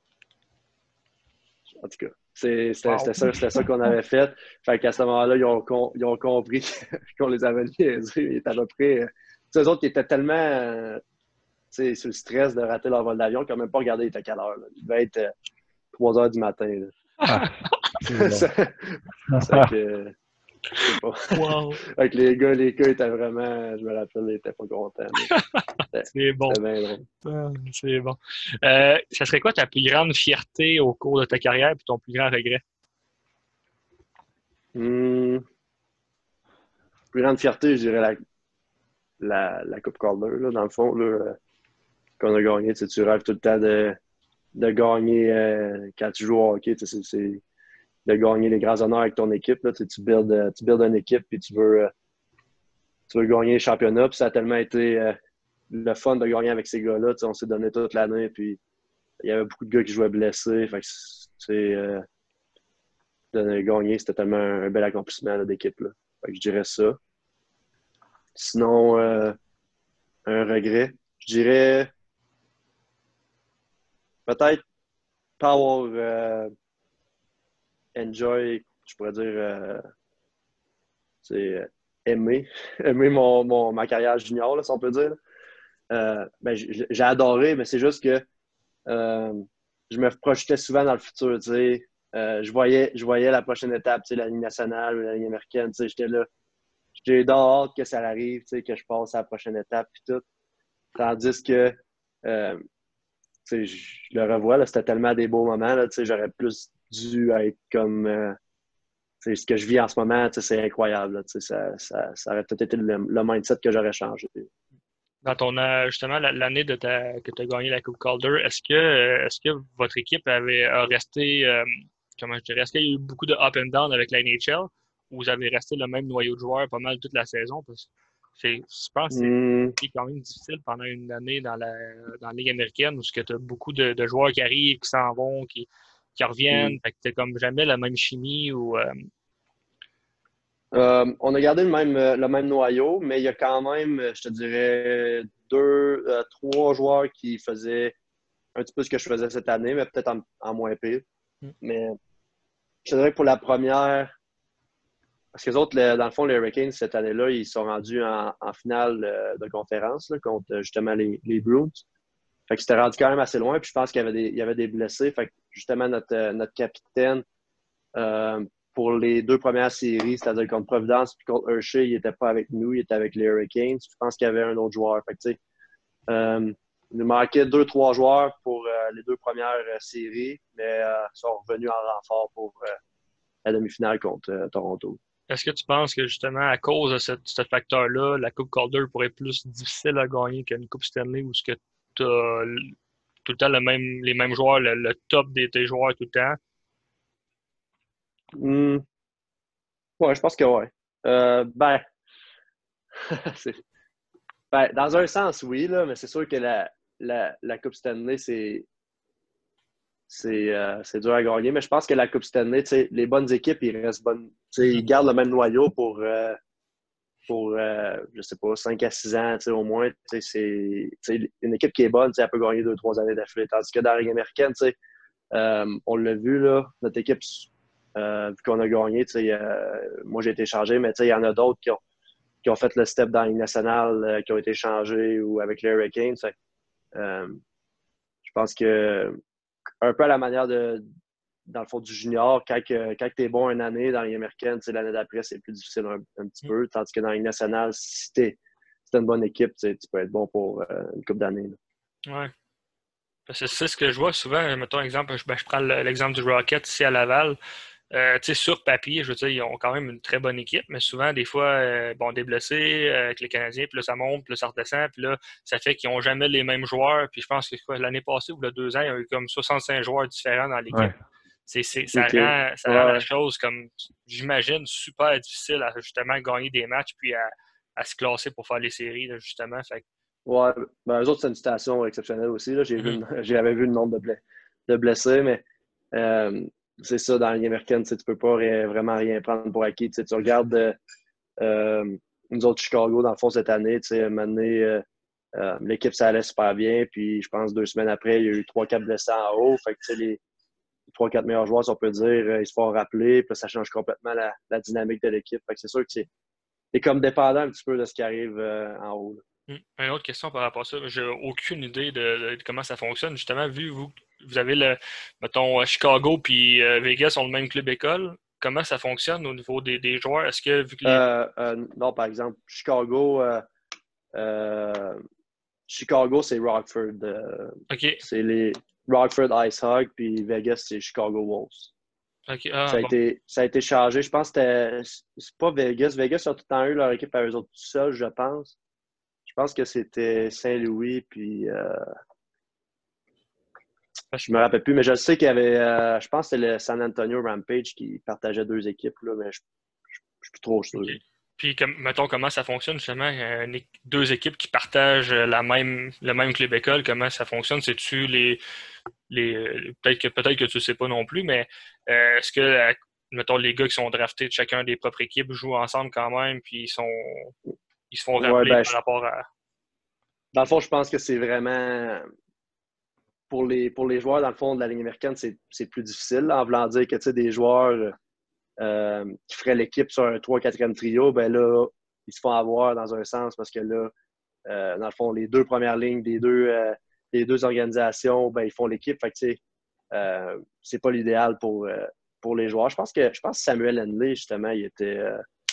En tout cas, c'était Wow. ça, ça qu'on avait fait. Fait qu'à ce moment-là, ils ont, ils ont compris qu'on les avait niaisés. Ils étaient à peu près. Tu eux autres qui étaient tellement euh, sur le stress de rater leur vol d'avion qu'ils n'ont même pas regardé il était à quelle heure. Là. Il devait être euh, trois heures du matin. Là. Ah, c'est ça, bon. ça que, je sais pas. Wow. Fait que les gars, les gars étaient vraiment, je me rappelle, ils étaient pas contents. C'est bon. C'était bien drôle. Ah, c'est bon. Euh, ça serait quoi ta plus grande fierté au cours de ta carrière et ton plus grand regret? Hum, plus grande fierté, je dirais la, la, la Coupe Calder, là, dans le fond, là, euh, qu'on a gagné. Tu sais, tu rêves tout le temps de, de gagner euh, quand tu joues au hockey. Tu sais, c'est de gagner les grands honneurs avec ton équipe. Là, tu sais, tu builds, tu builds une équipe puis tu veux, euh, tu veux gagner les championnats. Puis ça a tellement été euh, le fun de gagner avec ces gars-là. Tu sais, on s'est donné toute l'année. Puis il y avait beaucoup de gars qui jouaient blessés. Fait que, tu sais, euh, de gagner, c'était tellement un, un bel accomplissement là, d'équipe. Là. Fait que je dirais ça. Sinon, euh, un regret. Je dirais peut-être pas avoir euh, enjoy, je pourrais dire, euh, c'est aimer, aimer mon, mon, ma carrière junior, là, si on peut dire. Euh, ben, j'ai adoré, mais c'est juste que euh, je me projetais souvent dans le futur, tu sais. Euh, je, voyais, je voyais la prochaine étape, tu sais, la Ligue nationale ou la Ligue américaine, tu sais, j'étais là. j'ai hâte que ça arrive, que je passe à la prochaine étape et tout. Tandis que euh, je le revois, là, c'était tellement des beaux moments. Là, j'aurais plus dû être comme euh, ce que je vis en ce moment, c'est incroyable. Là, ça, ça, ça aurait peut-être été le, le mindset que j'aurais changé. Dans ton euh, justement l'année de ta, que tu as gagné la Coupe Calder, est-ce que euh, est-ce que votre équipe avait a resté euh, comment je dirais, est-ce qu'il y a eu beaucoup de up and down avec la N H L ou vous avez resté le même noyau de joueurs pas mal toute la saison? Parce que c'est, je pense que Mm. c'est quand même difficile pendant une année dans la dans la Ligue américaine où tu as beaucoup de, de joueurs qui arrivent, qui s'en vont, qui, qui reviennent. Mm. Fait que t'as comme jamais la même chimie ou euh... Euh, on a gardé le même, le même noyau, mais il y a quand même, je te dirais, deux, euh, trois joueurs qui faisaient un petit peu ce que je faisais cette année, mais peut-être en, en moins pire. Mm. Mais je te dirais que pour la première, parce que les autres, le, dans le fond, les Hurricanes, cette année-là, ils sont rendus en, en finale de conférence là, contre justement les, les Bruins. Fait que c'était rendu quand même assez loin. Puis je pense qu'il y avait des, il y avait des blessés. Fait que justement, notre, notre capitaine, euh, pour les deux premières séries, c'est-à-dire contre Providence et contre Hershey, il n'était pas avec nous, il était avec les Hurricanes. Je pense qu'il y avait un autre joueur. Fait que, tu sais, euh, il nous manquait deux, trois joueurs pour euh, les deux premières euh, séries, mais euh, ils sont revenus en renfort pour euh, la demi-finale contre euh, Toronto. Est-ce que tu penses que justement, à cause de ce, ce facteur-là, la Coupe Calder pourrait être plus difficile à gagner qu'une Coupe Stanley où tu as tout le temps le même, les mêmes joueurs, le, le top des tes joueurs tout le temps? Mm. Ouais, je pense que oui. Euh, ben, ben, dans un sens, oui, là, mais c'est sûr que la, la, la Coupe Stanley, c'est c'est euh, dur à gagner. Mais je pense que la Coupe Stanley, les bonnes équipes, ils restent bonnes. Ils gardent le même noyau pour, euh, pour euh, je sais pas, cinq à six ans au moins. C'est une équipe qui est bonne, elle peut gagner deux trois années d'affilée. Tandis que dans la Ligue américaine, euh, on l'a vu, là, notre équipe, euh, vu qu'on a gagné, euh, moi j'ai été changé, mais il y en a d'autres qui ont, qui ont fait le step dans la Ligue nationale, euh, qui ont été changés ou avec les Hurricanes. Euh, je pense que un peu à la manière de dans le fond du junior, quand, quand tu es bon une année dans la Ligue américaine, l'année d'après, c'est plus difficile un, un petit mm. peu. Tandis que dans la Ligue nationale, si tu es une bonne équipe, tu peux être bon pour euh, une couple d'années. Oui. Parce que c'est ce que je vois souvent. Mettons exemple, je, ben, je prends l'exemple du Rocket ici à Laval. Euh, sur papier, je veux dire, ils ont quand même une très bonne équipe, mais souvent, des fois, euh, bon, des blessés euh, avec les Canadiens, puis là, ça monte, puis là, ça redescend, puis là, ça fait qu'ils n'ont jamais les mêmes joueurs. Puis je pense que l'année passée ou il y a deux ans, il y a eu comme soixante-cinq joueurs différents dans l'équipe. Ouais. C'est, c'est, ça okay. rend, ça ouais. rend la chose comme, j'imagine, super difficile à justement gagner des matchs puis à, à se classer pour faire les séries, là, justement. Fait. Ouais, ben, eux autres, c'est une situation exceptionnelle aussi. Là. J'ai mm-hmm. vu, j'avais vu le nombre de, bla- de blessés, mais euh, c'est ça, dans la Ligue américaine, tu ne peux pas ré- vraiment rien prendre pour acquis. Tu regardes euh, nous autres, Chicago, dans le fond, cette année, tu sais, à un moment donné, euh, euh, l'équipe, ça allait super bien. Puis, je pense, deux semaines après, il y a eu trois quatre blessés en haut. Fait que, tu sais, les trois quatre meilleurs joueurs, si on peut dire, euh, ils se font rappeler. Puis, ça change complètement la, la dynamique de l'équipe. Fait que c'est sûr que c'est, c'est comme dépendant un petit peu de ce qui arrive euh, en haut. Là. Hum. Une autre question par rapport à ça. J'ai aucune idée de, de comment ça fonctionne. Justement, vu vous, vous avez le, mettons, Chicago puis euh, Vegas ont le même club école. Comment ça fonctionne au niveau des, des joueurs? Est-ce que vu que les... euh, euh, non, par exemple, Chicago, euh, euh, Chicago, c'est Rockford. Euh, okay. C'est les Rockford Ice Hawks, puis Vegas, c'est Chicago Wolves. Okay. Ah, ça, a bon. été, ça a été changé. Je pense que c'était. C'est pas Vegas. Vegas a tout le temps eu leur équipe à eux autres tout seuls, je pense. Je pense que c'était Saint-Louis, puis. Euh... Je me rappelle plus, mais je sais qu'il y avait. Euh, je pense que c'était le San Antonio Rampage qui partageait deux équipes, là, mais je ne suis plus trop sûr. Okay. Puis, comme, mettons, comment ça fonctionne, justement, euh, deux équipes qui partagent la même, le même club école, comment ça fonctionne? C'est-tu les. les peut-être que peut-être que tu ne sais pas non plus, mais euh, est-ce que, euh, mettons, les gars qui sont draftés de chacun des propres équipes jouent ensemble quand même, puis ils sont. Ils se font rappeler ouais, ben, par je... rapport à. Dans le fond, je pense que c'est vraiment. Pour les, pour les joueurs, dans le fond, de la Ligue américaine, c'est, c'est plus difficile. Là, en voulant dire que, tu sais, des joueurs euh, qui feraient l'équipe sur un trois quatrième trio, ben là, ils se font avoir dans un sens parce que là, euh, dans le fond, les deux premières lignes des deux, euh, des deux organisations, ben, ils font l'équipe. Fait que, tu sais, euh, c'est pas l'idéal pour, euh, pour les joueurs. Je pense que, je pense que Samuel Henley, justement, il était... Euh,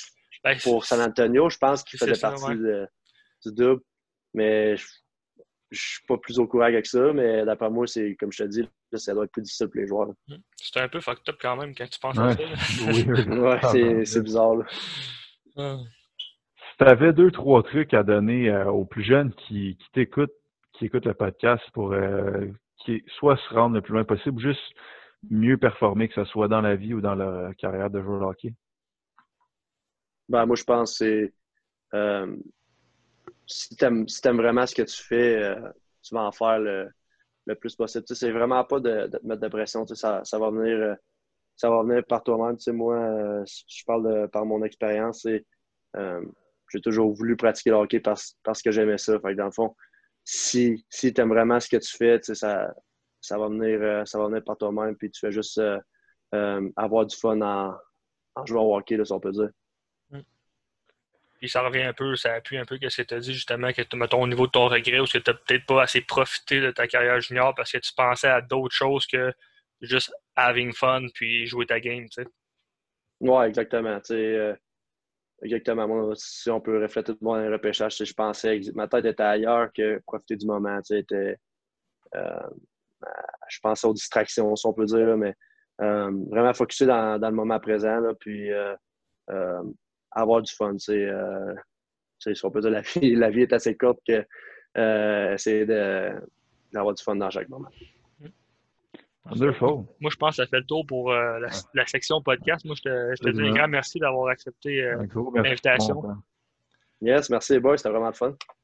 Ben, pour San Antonio, je pense qu'il faisait ça, partie ouais. de, du double. Mais je ne suis pas plus au courant avec ça. Mais d'après moi, c'est comme je te dis, là, ça doit être plus difficile pour les joueurs. C'est un peu fucked up quand même quand tu penses Ouais, à ça. weird. Ouais, c'est, c'est bizarre. Là. Ah. Si tu avais deux, trois trucs à donner euh, aux plus jeunes qui, qui t'écoutent, qui écoutent le podcast pour euh, qui, soit se rendre le plus loin possible, juste mieux performer, que ce soit dans la vie ou dans leur carrière de joueur de hockey? Ben, moi, je pense que c'est euh, si tu aimes si t'aimes vraiment ce que tu fais, euh, tu vas en faire le, le plus possible. Tu sais, c'est vraiment pas de, de te mettre de pression. Tu sais, ça, ça va venir euh, ça va venir par toi-même. Tu sais, moi, euh, je parle de, par mon expérience. Et, euh, j'ai toujours voulu pratiquer le hockey parce, parce que j'aimais ça. Fait que dans le fond, si, si tu aimes vraiment ce que tu fais, tu sais, ça, ça, va venir, euh, ça va venir par toi-même. Puis tu fais juste euh, euh, avoir du fun en, en jouant au hockey, là, si on peut dire. Puis ça revient un peu, ça appuie un peu ce que tu as dit justement, que tu mettons au niveau de ton regret ou que tu n'as peut-être pas assez profité de ta carrière junior parce que tu pensais à d'autres choses que juste having fun puis jouer ta game, tu sais. Ouais, exactement. Tu sais, euh, exactement. Moi, si on peut refléter mon repêchage, je pensais, ma tête était ailleurs que profiter du moment. Tu sais, était, euh, je pensais aux distractions, si on peut dire, là, mais euh, vraiment focusé dans, dans le moment présent, là, puis euh, euh, avoir du fun. Tu sais, euh, tu sais, si on peut dire, la vie, la vie est assez courte que euh, essayer de, d'avoir du fun dans chaque moment. Wonderful. Moi, je pense que ça fait le tour pour euh, la, la section podcast. Moi, je te, je te dis un grand merci d'avoir accepté euh, Un gros merci. l'invitation. Yes, merci les boys, c'était vraiment le fun.